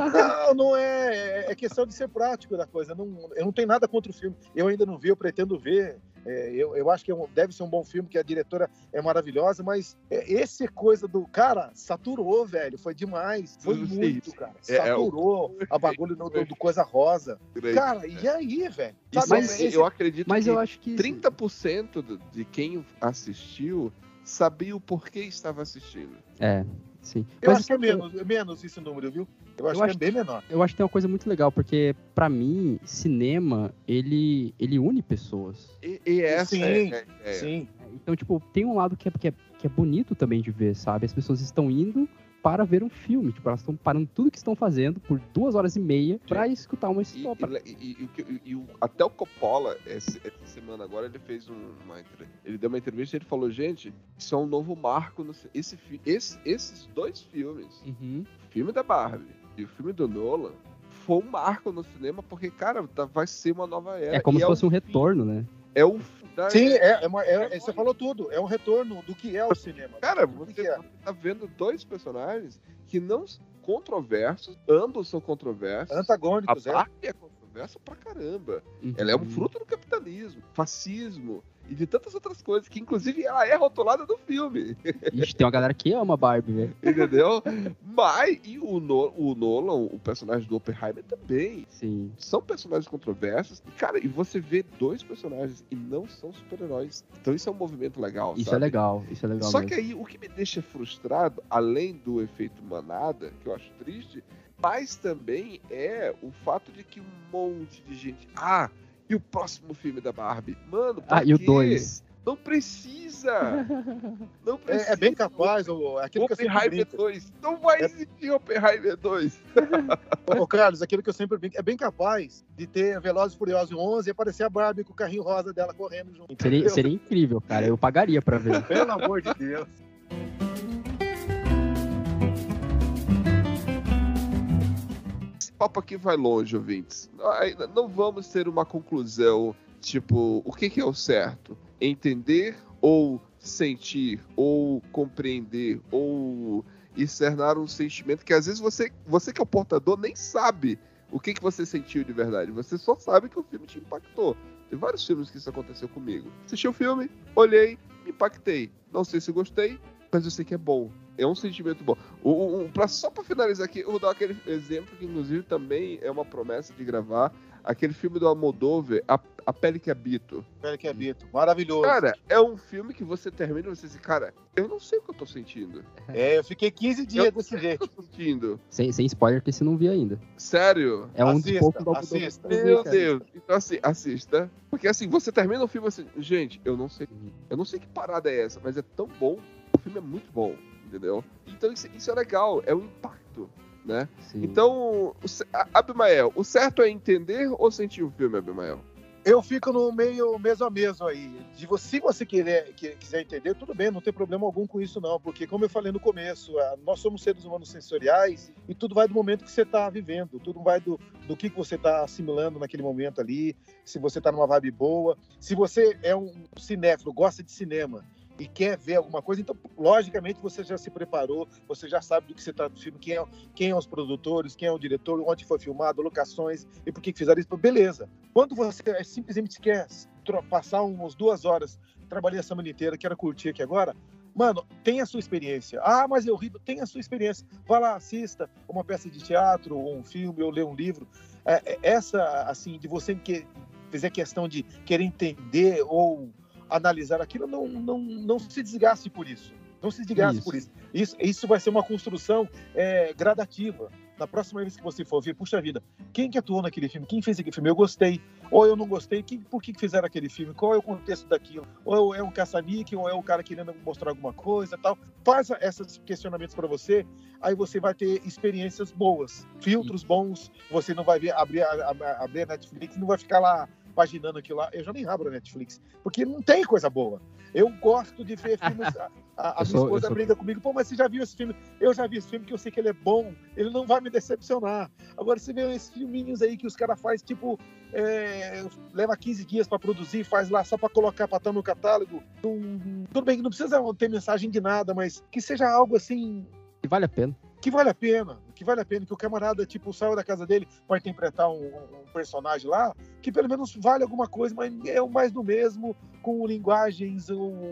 Não é. É questão de ser prático da coisa. Eu não tenho nada contra o filme. Eu ainda não vi, eu pretendo ver. Eu acho que deve ser um bom filme, que a diretora é maravilhosa, mas esse coisa do... Cara, saturou, velho. Foi demais. Foi Sim, muito, sim. cara. É Saturou a bagulho do coisa rosa. Cara, e aí, velho? Isso, Sabe, mas eu acredito Mas que eu acho que. 30% de quem assistiu sabia o porquê estava assistindo. É, sim. eu Mas acho que é menos esse número, viu? Eu acho que acho é bem menor. eu acho que tem uma coisa muito legal, porque pra mim, cinema, ele une pessoas. E essa Sim, é. Sim. Então, tipo, tem um lado que é bonito também de ver, sabe? As pessoas estão indo para ver um filme. Tipo, elas estão parando tudo que estão fazendo por 2h30 pra escutar uma história. Até o Coppola, essa semana agora, ele fez ele deu uma entrevista e ele falou, gente, isso é um novo marco. Esses dois filmes, Uhum. o filme da Barbie e o filme do Nolan, foi um marco no cinema porque, cara, vai ser uma nova era. É como E se fosse um fim. retorno, né? É o Sim, você falou tudo. É um retorno do que é o cinema. Cara, Do que você é. tá vendo dois personagens que não são controversos, ambos são controversos. A Antagônicos, Barbie é controversa pra caramba. Ela é um fruto do capitalismo, fascismo e de tantas outras coisas, que inclusive ela é rotulada no filme, Ixi, tem uma galera que ama Barbie, velho. entendeu? Mas, e o Nolan, o personagem do Oppenheimer também, Sim. são personagens controversos. E, cara, e você vê dois personagens e não são super-heróis. Então isso é um movimento legal, Isso sabe? é legal, isso é legal Só mesmo. que aí, o que me deixa frustrado, além do efeito manada, que eu acho triste, mas também é o fato de que um monte de gente... E o próximo filme da Barbie? Mano, pra E o quê? 2. Não precisa! Não precisa! É bem capaz, aquilo que eu sempre Oppenheimer brinco. 2. Não vai existir Oppenheimer 2. Ô, Carlos, aquilo que eu sempre brinco, é bem capaz de ter Velozes e Furiosos 11 e aparecer a Barbie com o carrinho rosa dela correndo junto. Seria incrível, cara. Eu pagaria pra ver. Pelo amor de Deus. Esse papo aqui vai longe, ouvintes. Não vamos ter uma conclusão, tipo, o que é o certo? Entender ou sentir, ou compreender, ou externar um sentimento que às vezes você que é o portador nem sabe o que você sentiu de verdade. Você só sabe que o filme te impactou. Tem vários filmes que isso aconteceu comigo. Assisti o filme, olhei, me impactei. Não sei se gostei, mas eu sei que é bom. É um sentimento bom. Só pra finalizar aqui, eu vou dar aquele exemplo que, inclusive, também é uma promessa de gravar. Aquele filme do Almodóvar, A Pele que Habito. Pele que Habito. Maravilhoso. Cara, é um filme que você termina e você diz, cara, eu não sei o que eu tô sentindo. Eu fiquei 15 dias Eu desse não sei jeito. o que eu tô sentindo. Sem spoiler, que esse não vi ainda. Sério? É um dos Assista, poucos do assista. Meu Deus. Então, assim, assista. Porque, assim, você termina o filme assim, gente, eu não sei que parada é essa, mas é tão bom. O filme é muito bom, entendeu? Então, isso é legal, é um impacto, né? Sim. Então, Abimael, o certo é entender ou sentir o filme, Abimael? Eu fico no meio mesmo a mesmo aí. Se você quiser entender, tudo bem, não tem problema algum com isso não, porque como eu falei no começo, nós somos seres humanos sensoriais e tudo vai do momento que você está vivendo, tudo vai do que você está assimilando naquele momento ali, se você está numa vibe boa, se você é um cinéfilo, gosta de cinema e quer ver alguma coisa, então, logicamente, você já se preparou, você já sabe do que se trata do filme, quem é os produtores, quem é o diretor, onde foi filmado, locações e por que fizeram isso. Beleza. Quando você simplesmente quer passar umas 2 horas, trabalhei a semana inteira, quero curtir aqui agora, mano, tem a sua experiência. Ah, mas é horrível, tem a sua experiência. Vá lá, assista uma peça de teatro, ou um filme, ou ler um livro. Essa, assim, de você fizer questão de querer entender ou analisar aquilo, não se desgaste por isso. Não se desgaste por isso. Isso vai ser uma construção gradativa. Na próxima vez que você for ver, puxa vida, quem que atuou naquele filme? Quem fez aquele filme? Eu gostei. Ou eu não gostei. Por que fizeram aquele filme? Qual é o contexto daquilo? Ou é um caça-níquel, ou é o cara querendo mostrar alguma coisa, tal. Faz esses questionamentos para você, aí você vai ter experiências boas, filtros bons. Você não vai abrir a Netflix, não vai ficar lá paginando aquilo lá. Eu já nem abro a Netflix, porque não tem coisa boa. Eu gosto de ver filmes. A minha esposa briga comigo, pô, mas você já viu esse filme? Eu já vi esse filme, que eu sei que ele é bom, ele não vai me decepcionar. Agora, você vê esses filminhos aí que os caras fazem, tipo, leva 15 dias pra produzir, faz lá só pra colocar, pra estar no catálogo. Tudo bem que não precisa ter mensagem de nada, mas que seja algo assim... Que vale a pena. Que vale a pena, que o camarada, tipo, saiu da casa dele para interpretar um personagem lá, que pelo menos vale alguma coisa, mas é o mais do mesmo, com linguagens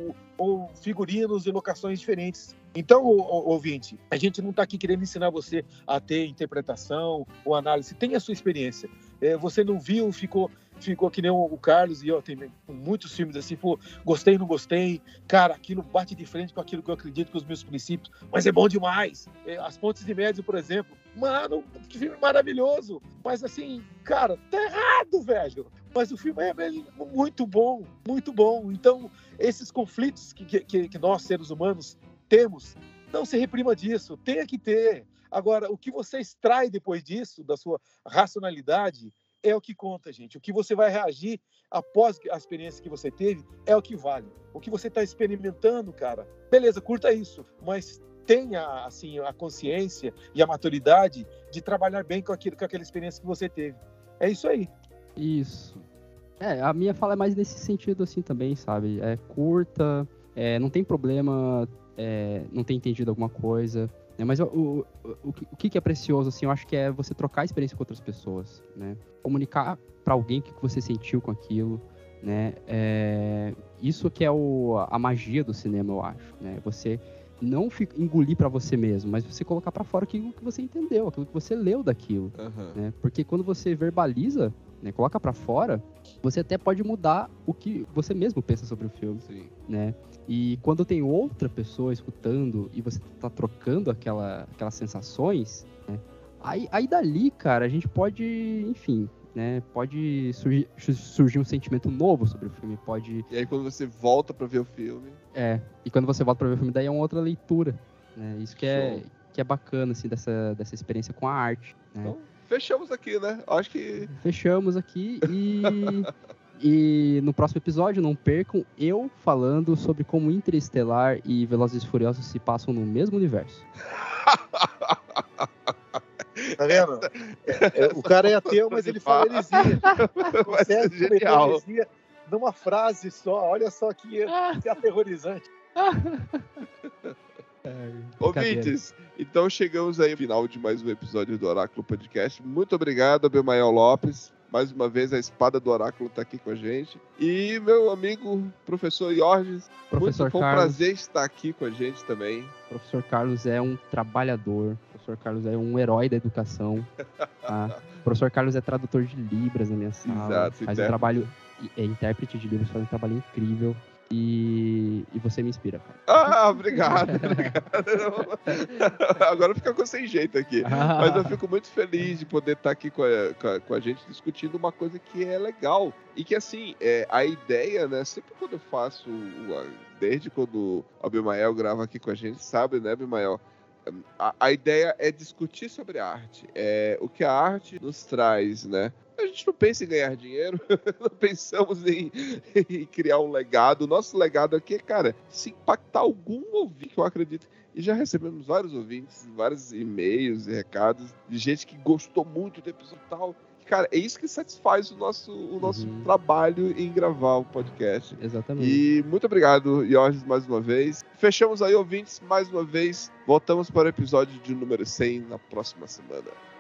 ou figurinos e locações diferentes. Então, ouvinte, a gente não está aqui querendo ensinar você a ter interpretação ou análise, tem a sua experiência. Você não viu, ficou que nem o Carlos, e eu tenho muitos filmes assim, pô, gostei, não gostei, cara, aquilo bate de frente com aquilo que eu acredito, com os meus princípios, mas é bom demais. As Pontes de Médio, por exemplo, mano, que filme maravilhoso, mas assim, cara, tá errado, velho, mas o filme é muito bom, muito bom. Então, esses conflitos que nós, seres humanos, temos, não se reprima disso, tenha que ter. Agora, o que você extrai depois disso, da sua racionalidade, é o que conta, gente. O que você vai reagir após a experiência que você teve é o que vale. O que você está experimentando, cara, beleza, curta isso, mas tenha, assim, a consciência e a maturidade de trabalhar bem com aquela experiência que você teve. É isso aí. Isso. A minha fala é mais nesse sentido, assim, também, sabe? É curta, não tem problema não ter entendido alguma coisa, né? Mas o que é precioso, assim, eu acho que é você trocar experiência com outras pessoas, né? Comunicar para alguém o que você sentiu com aquilo, né? Isso que é a magia do cinema, eu acho, né? Você não engolir para você mesmo, mas você colocar para fora aquilo que você entendeu, aquilo que você leu daquilo, né? Porque quando você verbaliza, né, coloca para fora, você até pode mudar o que você mesmo pensa sobre o filme. Sim. Né? E quando tem outra pessoa escutando e você tá trocando aquelas sensações, né? Aí dali, cara, a gente pode, enfim, né? Pode surgir um sentimento novo sobre o filme, pode... E aí quando você volta pra ver o filme... E quando você volta pra ver o filme, daí é uma outra leitura, né? Isso que é bacana, assim, dessa experiência com a arte, né? Então, fechamos aqui, né? Acho que... Fechamos aqui e no próximo episódio, não percam, eu falando sobre como Interestelar e Velozes e Furiosos se passam no mesmo universo. Tá vendo? O cara é ateu, mas ele fala heresia. Vai ser genial. Heresia numa frase só. Olha só que aterrorizante. Ouvintes, então chegamos aí ao final de mais um episódio do Oráculo Podcast. Muito obrigado, Abimael Lopes. Mais uma vez, a espada do Oráculo está aqui com a gente. E meu amigo, professor Jorges, Professor foi um Carlos. prazer estar aqui com a gente também. Professor Carlos é um trabalhador. Professor Carlos é um herói da educação. Tá? Professor Carlos é tradutor de Libras na minha sala. Exato, faz um trabalho... É intérprete de Libras, faz um trabalho incrível. E você me inspira, cara. Obrigado. Agora fica sem jeito aqui. Mas eu fico muito feliz de poder estar aqui com a gente discutindo uma coisa que é legal. E que, assim, a ideia, né? Sempre quando eu faço, desde quando o Abimael grava aqui com a gente, sabe, né, Abimael? A ideia é discutir sobre a arte. O que a arte nos traz, né? A gente não pensa em ganhar dinheiro, não pensamos em criar um legado. O nosso legado aqui é, cara, se impactar algum ouvinte, que eu acredito. E já recebemos vários ouvintes, vários e-mails e recados de gente que gostou muito do episódio e tal. Cara, é isso que satisfaz o nosso trabalho em gravar o podcast. Exatamente. E muito obrigado, Jorge, mais uma vez. Fechamos aí, ouvintes, mais uma vez. Voltamos para o episódio de número 100 na próxima semana.